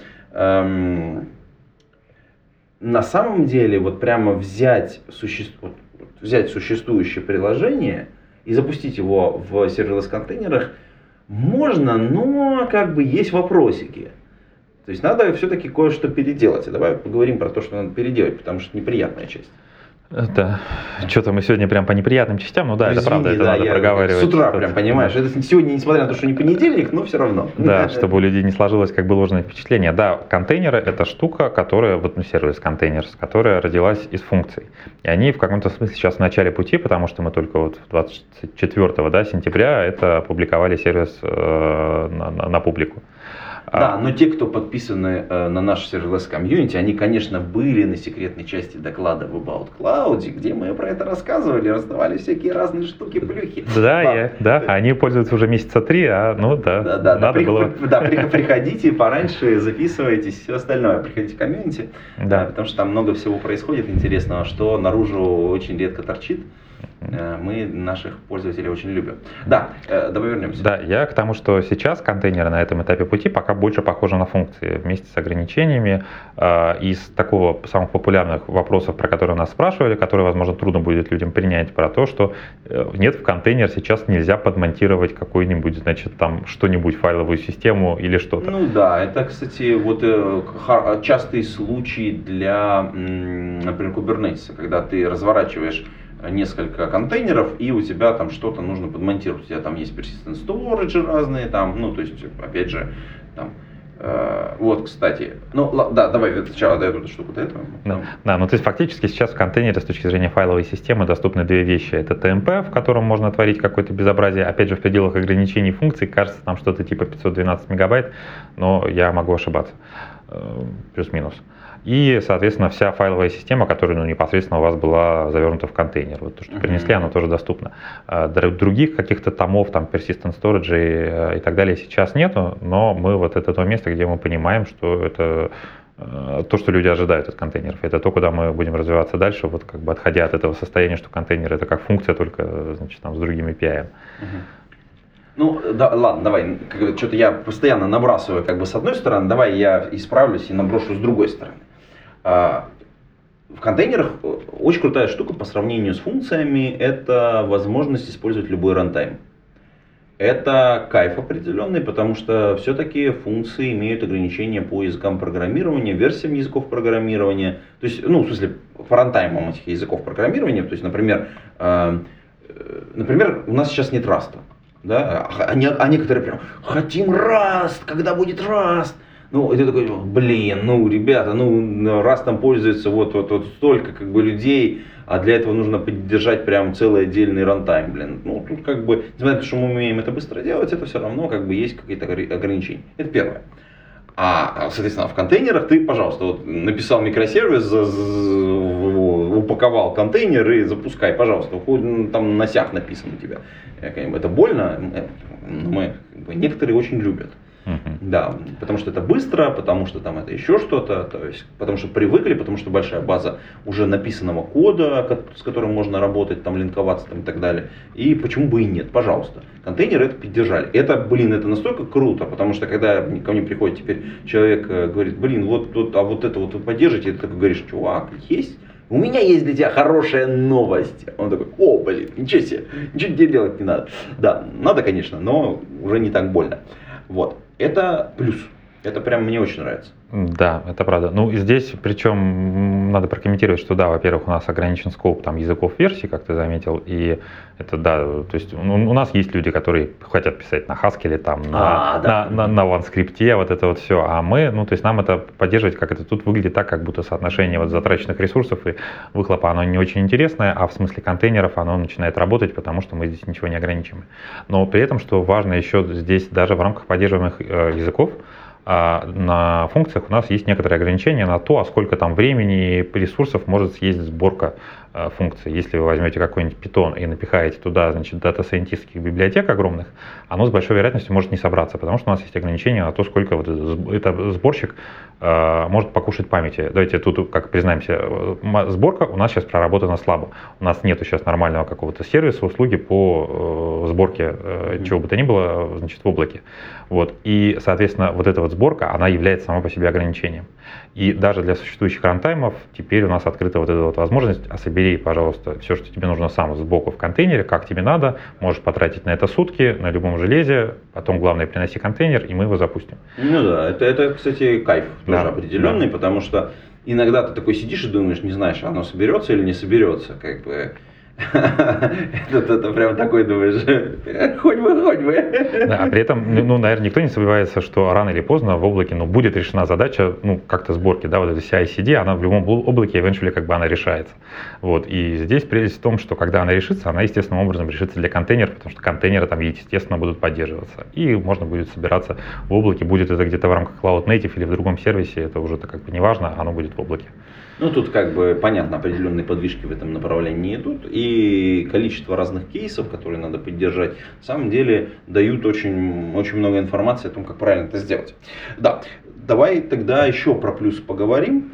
на самом деле прямо взять существующее приложение и запустить его в серверлесс контейнерах можно, но есть вопросики. То есть надо все-таки кое-что переделать. И давай поговорим про то, что надо переделать, потому что неприятная часть. Да, что-то мы сегодня прям по неприятным частям, ну да, Извини, это правда, это да, надо проговаривать. С утра прям, понимаешь, это сегодня, несмотря на то, что не понедельник, но все равно. Да, чтобы у людей не сложилось как бы ложное впечатление. Да, контейнеры — это штука, которая, вот сервис контейнерс, которая родилась из функций. И они в каком-то смысле сейчас в начале пути, потому что мы только вот 24 сентября это опубликовали сервис на публику. Да, но те, кто подписаны на наш серверлесс комьюнити, они, конечно, были на секретной части доклада в About Cloud, где мы про это рассказывали, раздавали всякие разные штуки, плюхи. Да, они пользуются уже месяца 3, Приходите пораньше, записывайтесь, все остальное, приходите в комьюнити, потому что там много всего происходит интересного, что наружу очень редко торчит. Мы наших пользователей очень любим. Да, давай вернемся. Да, я к тому, что сейчас контейнеры на этом этапе пути пока больше похожи на функции вместе с ограничениями. Из такого самых популярных вопросов, про которые нас спрашивали, которые, возможно, трудно будет людям принять, про то, что нет, в контейнер сейчас нельзя подмонтировать какой-нибудь, значит, там что-нибудь, файловую систему или что-то. Ну да, это, кстати, вот частый случай для, например, Kubernetes, когда ты разворачиваешь несколько контейнеров, и у тебя там что-то нужно подмонтировать. У тебя там есть persistent storage разные, там, ну, то есть, опять же, там, вот, кстати, давай сначала до эту штуку, до этого. Да, ну то есть фактически сейчас в контейнере с точки зрения файловой системы доступны две вещи. Это TMP, в котором можно творить какое-то безобразие, опять же в пределах ограничений функций, кажется там что-то типа 512 мегабайт, но я могу ошибаться, плюс-минус. И, соответственно, вся файловая система, которая непосредственно у вас была завернута в контейнер. Вот то, что принесли, оно тоже доступно. Других каких-то томов, там, persistent storage и так далее сейчас нету, но мы вот это то место, где мы понимаем, что это то, что люди ожидают от контейнеров. Это то, куда мы будем развиваться дальше, вот как бы отходя от этого состояния, что контейнер — это как функция, только, значит, там, с другим API. Ну, да, ладно, давай, что-то я постоянно набрасываю как бы с одной стороны, давай я исправлюсь и наброшу с другой стороны. В контейнерах очень крутая штука по сравнению с функциями — это возможность использовать любой рантайм. Это кайф определенный, потому что все-таки функции имеют ограничения по языкам программирования, версиям языков программирования, то есть, ну, в смысле, по рантаймам этих языков программирования, то есть, например, у нас сейчас нет Rust, да, а некоторые прям хотим Rust, когда будет Rust. Ну, и ты такой, ребята, раз там пользуется вот столько как бы людей, а для этого нужно поддержать прям целый отдельный рантайм, Ну, тут как бы, несмотря на то, что мы умеем это быстро делать, это все равно как бы есть какие-то ограничения. Это первое. Соответственно, в контейнерах ты, пожалуйста, вот написал микросервис, упаковал контейнер и запускай, пожалуйста. Там на сях написано у тебя. Это больно, но некоторые очень любят. Да, потому что это быстро, потому что там это еще что-то, то есть, потому что привыкли, потому что большая база уже написанного кода, с которым можно работать, там линковаться там, и так далее. И почему бы и нет, пожалуйста. Контейнеры это поддержали. Это настолько круто, потому что когда ко мне приходит теперь человек, говорит, вот это вот вы поддержите, и ты такой говоришь, чувак, есть? У меня есть для тебя хорошая новость. Он такой, ничего себе, ничего тебе делать не надо. Да, надо, конечно, но уже не так больно. Вот, это плюс. Это прям мне очень нравится. Да, это правда. Ну и здесь, причем, надо прокомментировать, что да, во-первых, у нас ограничен скоп там языков версий, как ты заметил, и это да, то есть у нас есть люди, которые хотят писать на Haskell, там, на OneScript, вот это вот все, а мы, то есть нам это поддерживать, как это тут выглядит так, как будто соотношение вот затраченных ресурсов и выхлопа, оно не очень интересное, а в смысле контейнеров оно начинает работать, потому что мы здесь ничего не ограничиваем. Но при этом, что важно еще здесь, даже в рамках поддерживаемых языков, на функциях у нас есть некоторые ограничения на то, сколько там времени и ресурсов может съесть сборка функций. Если вы возьмете какой-нибудь Python и напихаете туда, значит, дата-сайентистских библиотек огромных, оно с большой вероятностью может не собраться, потому что у нас есть ограничения на то, сколько вот этот сборщик может покушать памяти. Давайте тут, как признаемся, сборка у нас сейчас проработана слабо. У нас нет сейчас нормального какого-то сервиса, услуги по сборке чего бы то ни было, значит, в облаке. Вот. И, соответственно, вот эта вот сборка, она является сама по себе ограничением. И даже для существующих рантаймов теперь у нас открыта вот эта вот возможность бери, пожалуйста, все, что тебе нужно сам сбоку в контейнере, как тебе надо, можешь потратить на это сутки, на любом железе, потом главное приноси контейнер, и мы его запустим. Ну да, это кстати, кайф тоже определенный, потому что иногда ты такой сидишь и думаешь, не знаешь, оно соберется или не соберется, как бы. Это прям такой думаешь, хоть бы. Да, а при этом, наверное, никто не сомневается, что рано или поздно в облаке будет решена задача, как-то сборки, да, вот эта CI/CD, она в любом облаке eventually она решается. Вот, и здесь прелесть в том, что когда она решится, она естественным образом решится для контейнеров, потому что контейнеры там, естественно, будут поддерживаться. И можно будет собираться в облаке, будет это где-то в рамках Cloud Native или в другом сервисе, это уже как бы не важно, оно будет в облаке. Тут как бы понятно, определенные подвижки в этом направлении идут, и количество разных кейсов, которые надо поддержать, на самом деле дают очень, очень много информации о том, как правильно это сделать. Да, давай тогда еще про плюс поговорим.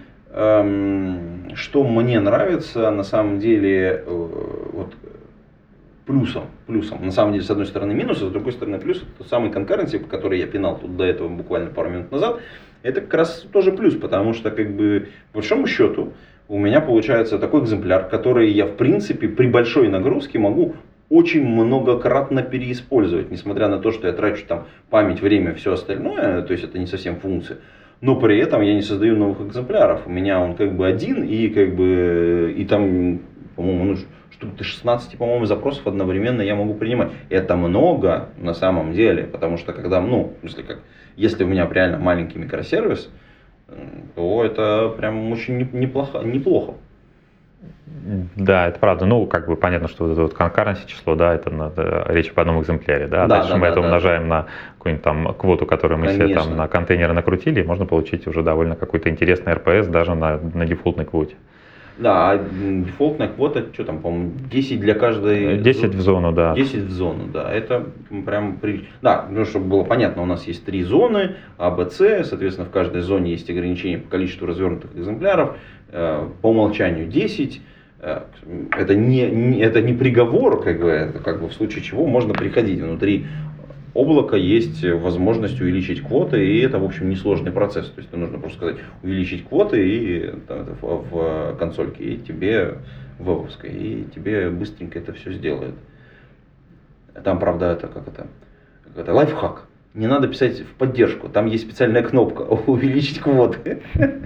Что мне нравится на самом деле вот, плюсом. На самом деле, с одной стороны минус, а с другой стороны плюс. Это тот самый конкуренции, который я пинал тут до этого буквально пару минут назад. Это как раз тоже плюс, потому что, как бы, по большому счету, у меня получается такой экземпляр, который я, в принципе, при большой нагрузке могу очень многократно переиспользовать, несмотря на то, что я трачу там память, время, все остальное, то есть это не совсем функции. Но при этом я не создаю новых экземпляров. У меня он как бы один, и как бы, и там, по-моему, штук 16, по-моему, запросов одновременно я могу принимать. Это много на самом деле, потому что когда, если у меня реально маленький микросервис, то это прям очень неплохо. Да, это правда. Как бы понятно, что вот это вот конкуренция число, да, это речь об одном экземпляре, да. Дальше мы это умножаем на какую-нибудь там квоту, которую мы себе там на контейнеры накрутили, и можно получить уже довольно какой-то интересный RPS даже на дефолтной квоте. Да, а дефолтная квота, что там, по-моему, 10 для каждой... 10 в зону, да. 10 в зону, да. Это прям... Да, чтобы было понятно, у нас есть 3 зоны, А, Б, С. Соответственно, в каждой зоне есть ограничение по количеству развернутых экземпляров. По умолчанию 10. Это не приговор, это как бы в случае чего можно приходить. Внутри облака есть возможность увеличить квоты, и это, в общем, несложный процесс. То есть, нужно просто сказать, увеличить квоты и в консольке, и тебе в вебовской, и тебе быстренько это все сделает. Там, правда, это лайфхак. Не надо писать в поддержку, там есть специальная кнопка «Увеличить квоты».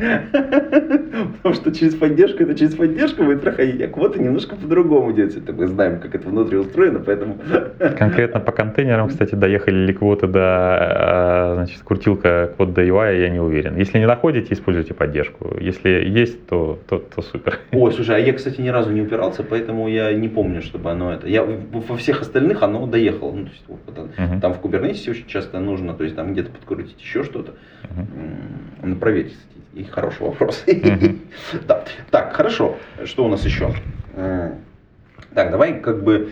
Потому что через поддержку будет проходить, а квоты немножко по-другому делаются. Мы знаем, как это внутри устроено, поэтому... Конкретно по контейнерам, кстати, доехали ли квоты до, крутилка квот до UI, я не уверен. Если не находите, используйте поддержку. Если есть, то супер. Ой, слушай, а я, кстати, ни разу не упирался, поэтому я не помню, чтобы оно это... Во всех остальных оно доехало. Там в Kubernetes очень часто нужно, то есть там где-то подкрутить еще что-то. Проверить, кстати, и хороший вопрос. Да. Так, хорошо. Что у нас еще? Так, давай как бы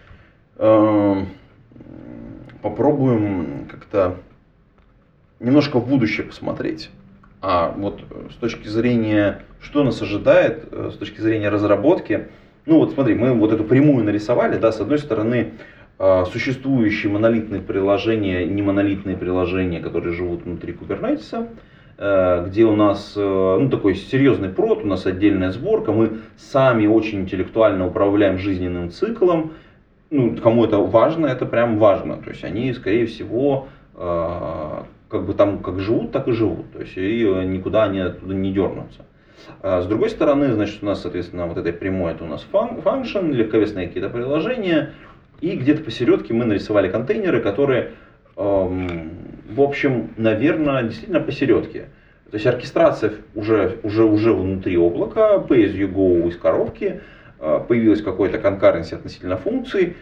попробуем как-то немножко в будущее посмотреть. А вот с точки зрения, что нас ожидает, с точки зрения разработки, смотри, мы вот эту прямую нарисовали, да, с одной стороны, существующие монолитные приложения, немонолитные приложения, которые живут внутри Kubernetes, где у нас такой серьезный прод, у нас отдельная сборка, мы сами очень интеллектуально управляем жизненным циклом. Кому это важно, это прям важно. То есть они, скорее всего, как бы там как живут, так и живут. То есть и никуда они оттуда не дернутся. С другой стороны, значит, у нас, соответственно, вот этой прямой, это у нас function, легковесные какие-то приложения. И где-то посередке мы нарисовали контейнеры, которые, в общем, наверное, действительно посередке. То есть оркестрация уже внутри облака, pay as you go из коробки, появилась какой-то конкуренция относительно функций.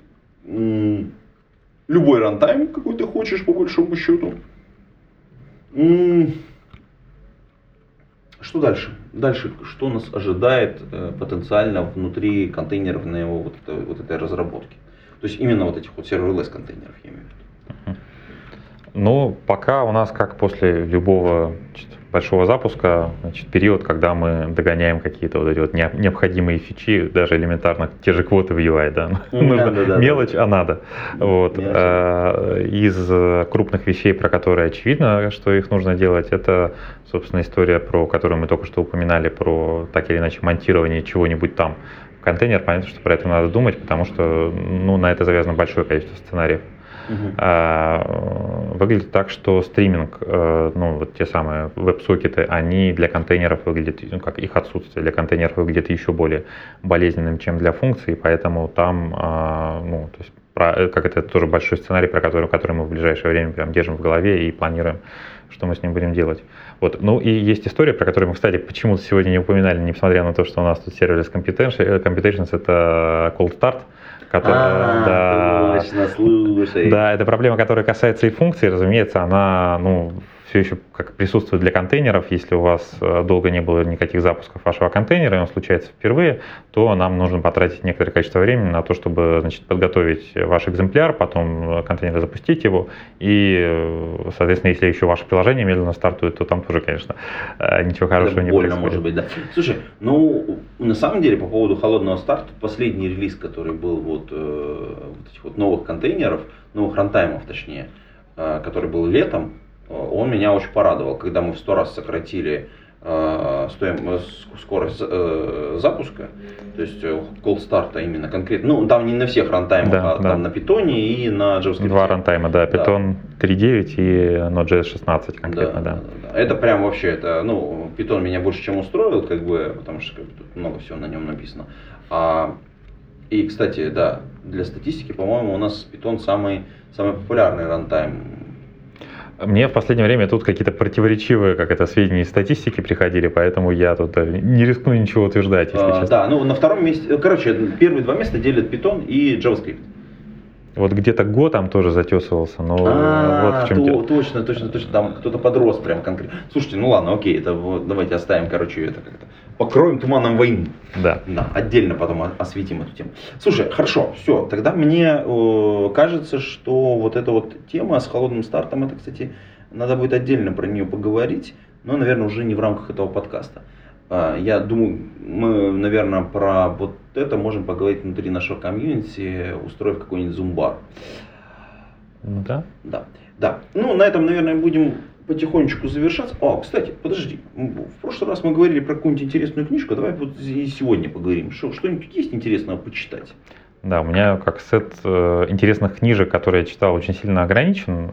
Любой рантайм, какой ты хочешь, по большому счету. Что дальше? Дальше, что нас ожидает потенциально внутри контейнерной вот этой разработки? То есть именно вот этих вот serverless контейнеров, я имею в виду. Пока у нас, как после любого большого запуска, значит, период, когда мы догоняем какие-то вот эти вот необходимые фичи, даже элементарно те же квоты в UI, да, нужно мелочь, а надо. Вот. Из крупных вещей, про которые очевидно, что их нужно делать, это, собственно, история, про которую мы только что упоминали, про так или иначе монтирование чего-нибудь там в контейнер. Понятно, что про это надо думать, потому что на это завязано большое количество сценариев. Выглядит так, что стриминг, вот те самые веб-сокеты, они для контейнеров выглядят, как их отсутствие для контейнеров выглядит еще более болезненным, чем для функций, поэтому там, то есть, как это тоже большой сценарий, который мы в ближайшее время прям держим в голове и планируем, что мы с ним будем делать. Вот. Ну и есть история, про которую мы, кстати, почему-то сегодня не упоминали, несмотря на то, что у нас тут Serverless Computations, это Cold Start. Точно, слушай. Да, это проблема, которая касается и функций, разумеется, она, все еще как присутствует для контейнеров. Если у вас долго не было никаких запусков вашего контейнера, и он случается впервые, то нам нужно потратить некоторое количество времени на то, чтобы, значит, подготовить ваш экземпляр, потом контейнер запустить его, и, соответственно, если еще ваше приложение медленно стартует, то там тоже, конечно, ничего хорошего не происходит. Может быть, да. Слушай, на самом деле, по поводу холодного старта, последний релиз, который был вот этих вот новых контейнеров, новых рантаймов, точнее, который был летом, он меня очень порадовал, когда мы в 100 раз сократили скорость запуска, то есть cold start именно конкретно, там не на всех рантаймах, там на питоне и на JavaScript. Два рантайма, да, Python 3.9 и Node.js 16 конкретно, да. Это прям вообще, Python меня больше чем устроил, потому что тут много всего на нем написано. И, кстати, да, для статистики, по-моему, у нас Python самый популярный рантайм. Мне в последнее время тут какие-то противоречивые, сведения из статистики приходили, поэтому я тут не рискну ничего утверждать, если честно. Да, на втором месте, первые два места делят Python и JavaScript. Вот где-то Go там тоже затесывался, но вот в чем дело. Точно, там кто-то подрос прям конкретно. Слушайте, ладно, окей, давайте оставим, это как-то покроем туманом войны. Да. Отдельно потом осветим эту тему. Слушай, хорошо, все, тогда мне кажется, что вот эта вот тема с холодным стартом, это, кстати, надо будет отдельно про нее поговорить, но, наверное, уже не в рамках этого подкаста. Я думаю, мы, наверное, про вот это можем поговорить внутри нашего комьюнити, устроив какой-нибудь зум-бар. Да? Да. На этом, наверное, будем потихонечку завершаться. Кстати, подожди. В прошлый раз мы говорили про какую-нибудь интересную книжку. Давай вот и сегодня поговорим. Что-нибудь есть интересного почитать? Да, у меня как сет интересных книжек, которые я читал, очень сильно ограничен.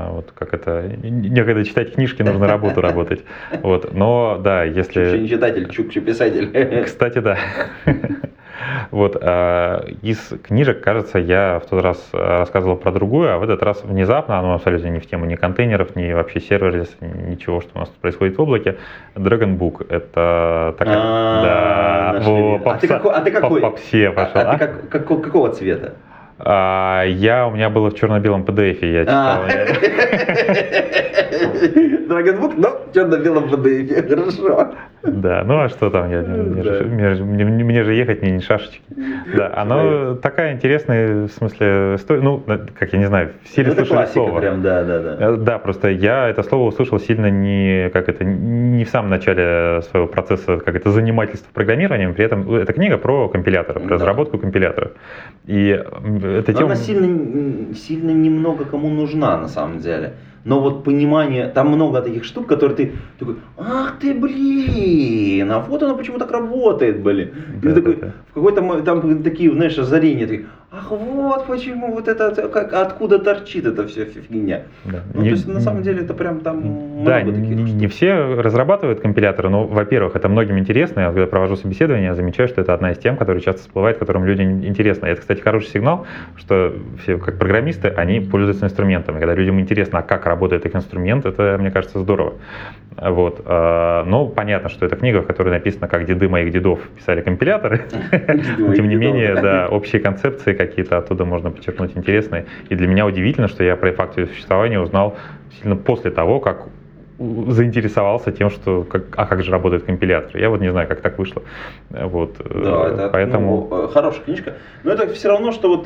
Некогда читать книжки, нужно работу работать. Но да, если... Чукче не читатель, Чукче писатель. Кстати, да. Из книжек, кажется, я в тот раз рассказывал про другую, а в этот раз внезапно, оно абсолютно не в тему ни контейнеров, ни вообще серверлес, ничего, что у нас тут происходит в облаке. Dragon Book, это такая... ты какой? По попсе пошел. А ты какого цвета? У меня было в черно-белом PDF, я читал. Dragon Book, но в черно-белом PDF, хорошо. Да, а что там, мне же ехать, мне не шашечки. Да, оно такая интересная, в смысле, как я не знаю, все ли слышали слово. Прям, да. Да, просто я это слово услышал сильно не в самом начале своего процесса, занимательства программированием, при этом это книга про компиляторы, про разработку компиляторов. И эта тема... Она сильно немного кому нужна на самом деле. Но вот понимание, там много таких штук, которые ты такой, ах ты блин, а вот оно почему так работает, блин. И ты такой, в какой-то там такие, знаешь, озарения, такие, ах вот почему вот это, откуда торчит эта вся фигня. Да. То есть на самом деле это прям там много таких штук. Не все разрабатывают компиляторы, но, во-первых, это многим интересно. Я когда провожу собеседование, я замечаю, что это одна из тем, которая часто всплывает, которым людям интересно. И это, кстати, хороший сигнал, что все, как программисты, они пользуются инструментами. Когда людям интересно, как работает их инструмент, это, мне кажется, здорово. Но понятно, что это книга, в которой написано, как деды моих дедов писали компиляторы. Тем не менее, да, общие концепции какие-то оттуда можно подчеркнуть интересные. И для меня удивительно, что я про факт ее существования узнал сильно после того, как заинтересовался тем, что как же работает компилятор. Я не знаю, как так вышло. Да, поэтому... хорошая книжка. Но это все равно, что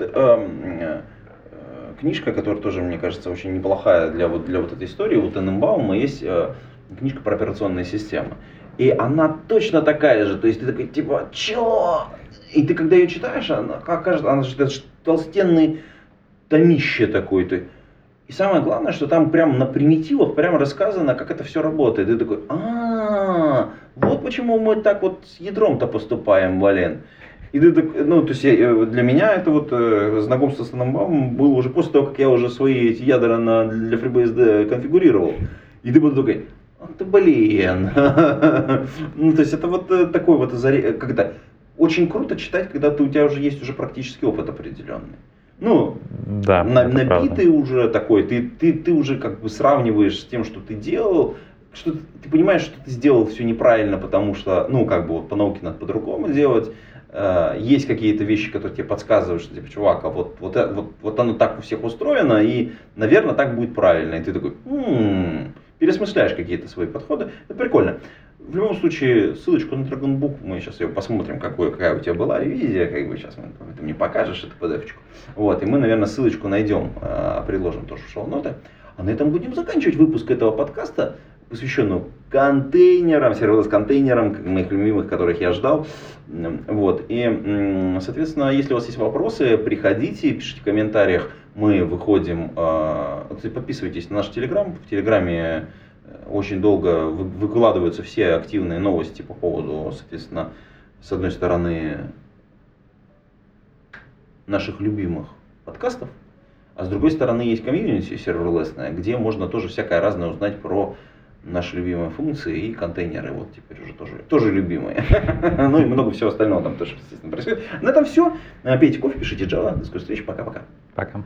книжка, которая тоже, мне кажется, очень неплохая для этой истории. У Тененбаума есть книжка про операционные системы. И она точно такая же. То есть ты такой, типа, чё? И ты когда ее читаешь, она кажется, она же толстенный томище такой-то. И самое главное, что там прям на примитивах прям рассказано, как это все работает. И ты такой, вот почему мы так вот с ядром-то поступаем, блин. И ты так, ну, то есть для меня это вот знакомство с Тененбаумом было уже после того, как я уже свои эти ядра для FreeBSD конфигурировал. И ты был такой, ты блин. Ну, то есть это вот такой вот, когда очень круто читать, когда у тебя уже есть уже практический опыт определенный. Ну, да, набитый уже такой, ты уже как бы сравниваешь с тем, что ты делал, что ты понимаешь, что ты сделал все неправильно, потому что, ну, как бы вот по науке надо по-другому делать. Есть какие-то вещи, которые тебе подсказывают, что типа, чувак, а вот оно так у всех устроено, и, наверное, так будет правильно. И ты такой, пересмысляешь какие-то свои подходы. Это прикольно. В любом случае, ссылочку на Dragon Book, мы сейчас ее посмотрим, какая у тебя была ревизия, как бы сейчас ты мне покажешь эту PDF-очку. Вот, и мы, наверное, ссылочку найдем, приложим тоже в шоу-ноты. А на этом будем заканчивать выпуск этого подкаста, посвященного контейнерам, серверлесс-контейнерам, моих любимых, которых я ждал. Вот, и, соответственно, если у вас есть вопросы, приходите, пишите в комментариях. Мы выходим, подписывайтесь на наш Телеграм. В Телеграме очень долго выкладываются все активные новости по поводу, соответственно, с одной стороны, наших любимых подкастов, а с другой стороны есть комьюнити серверлесное, где можно тоже всякое разное узнать про наши любимые функции и контейнеры, вот теперь уже тоже любимые. Ну и много всего остального там тоже, естественно, происходит. На этом все. Пейте кофе, пишите Java. До скорой встречи. Пока-пока. Пока.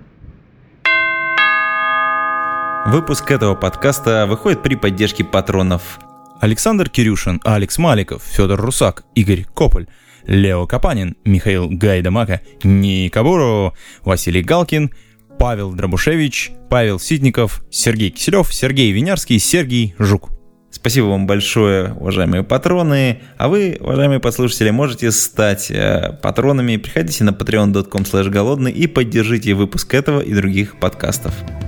Выпуск этого подкаста выходит при поддержке патронов: Александр Кирюшин, Алекс Маликов, Федор Русак, Игорь Кополь, Лео Капанин, Михаил Гайдамака, Ника Бурова, Василий Галкин, Павел Дробушевич, Павел Ситников, Сергей Киселев, Сергей Винярский, Сергей Жук. Спасибо вам большое, уважаемые патроны. А вы, уважаемые подслушатели, можете стать патронами. Приходите на patreon.com/голодный и поддержите выпуск этого и других подкастов.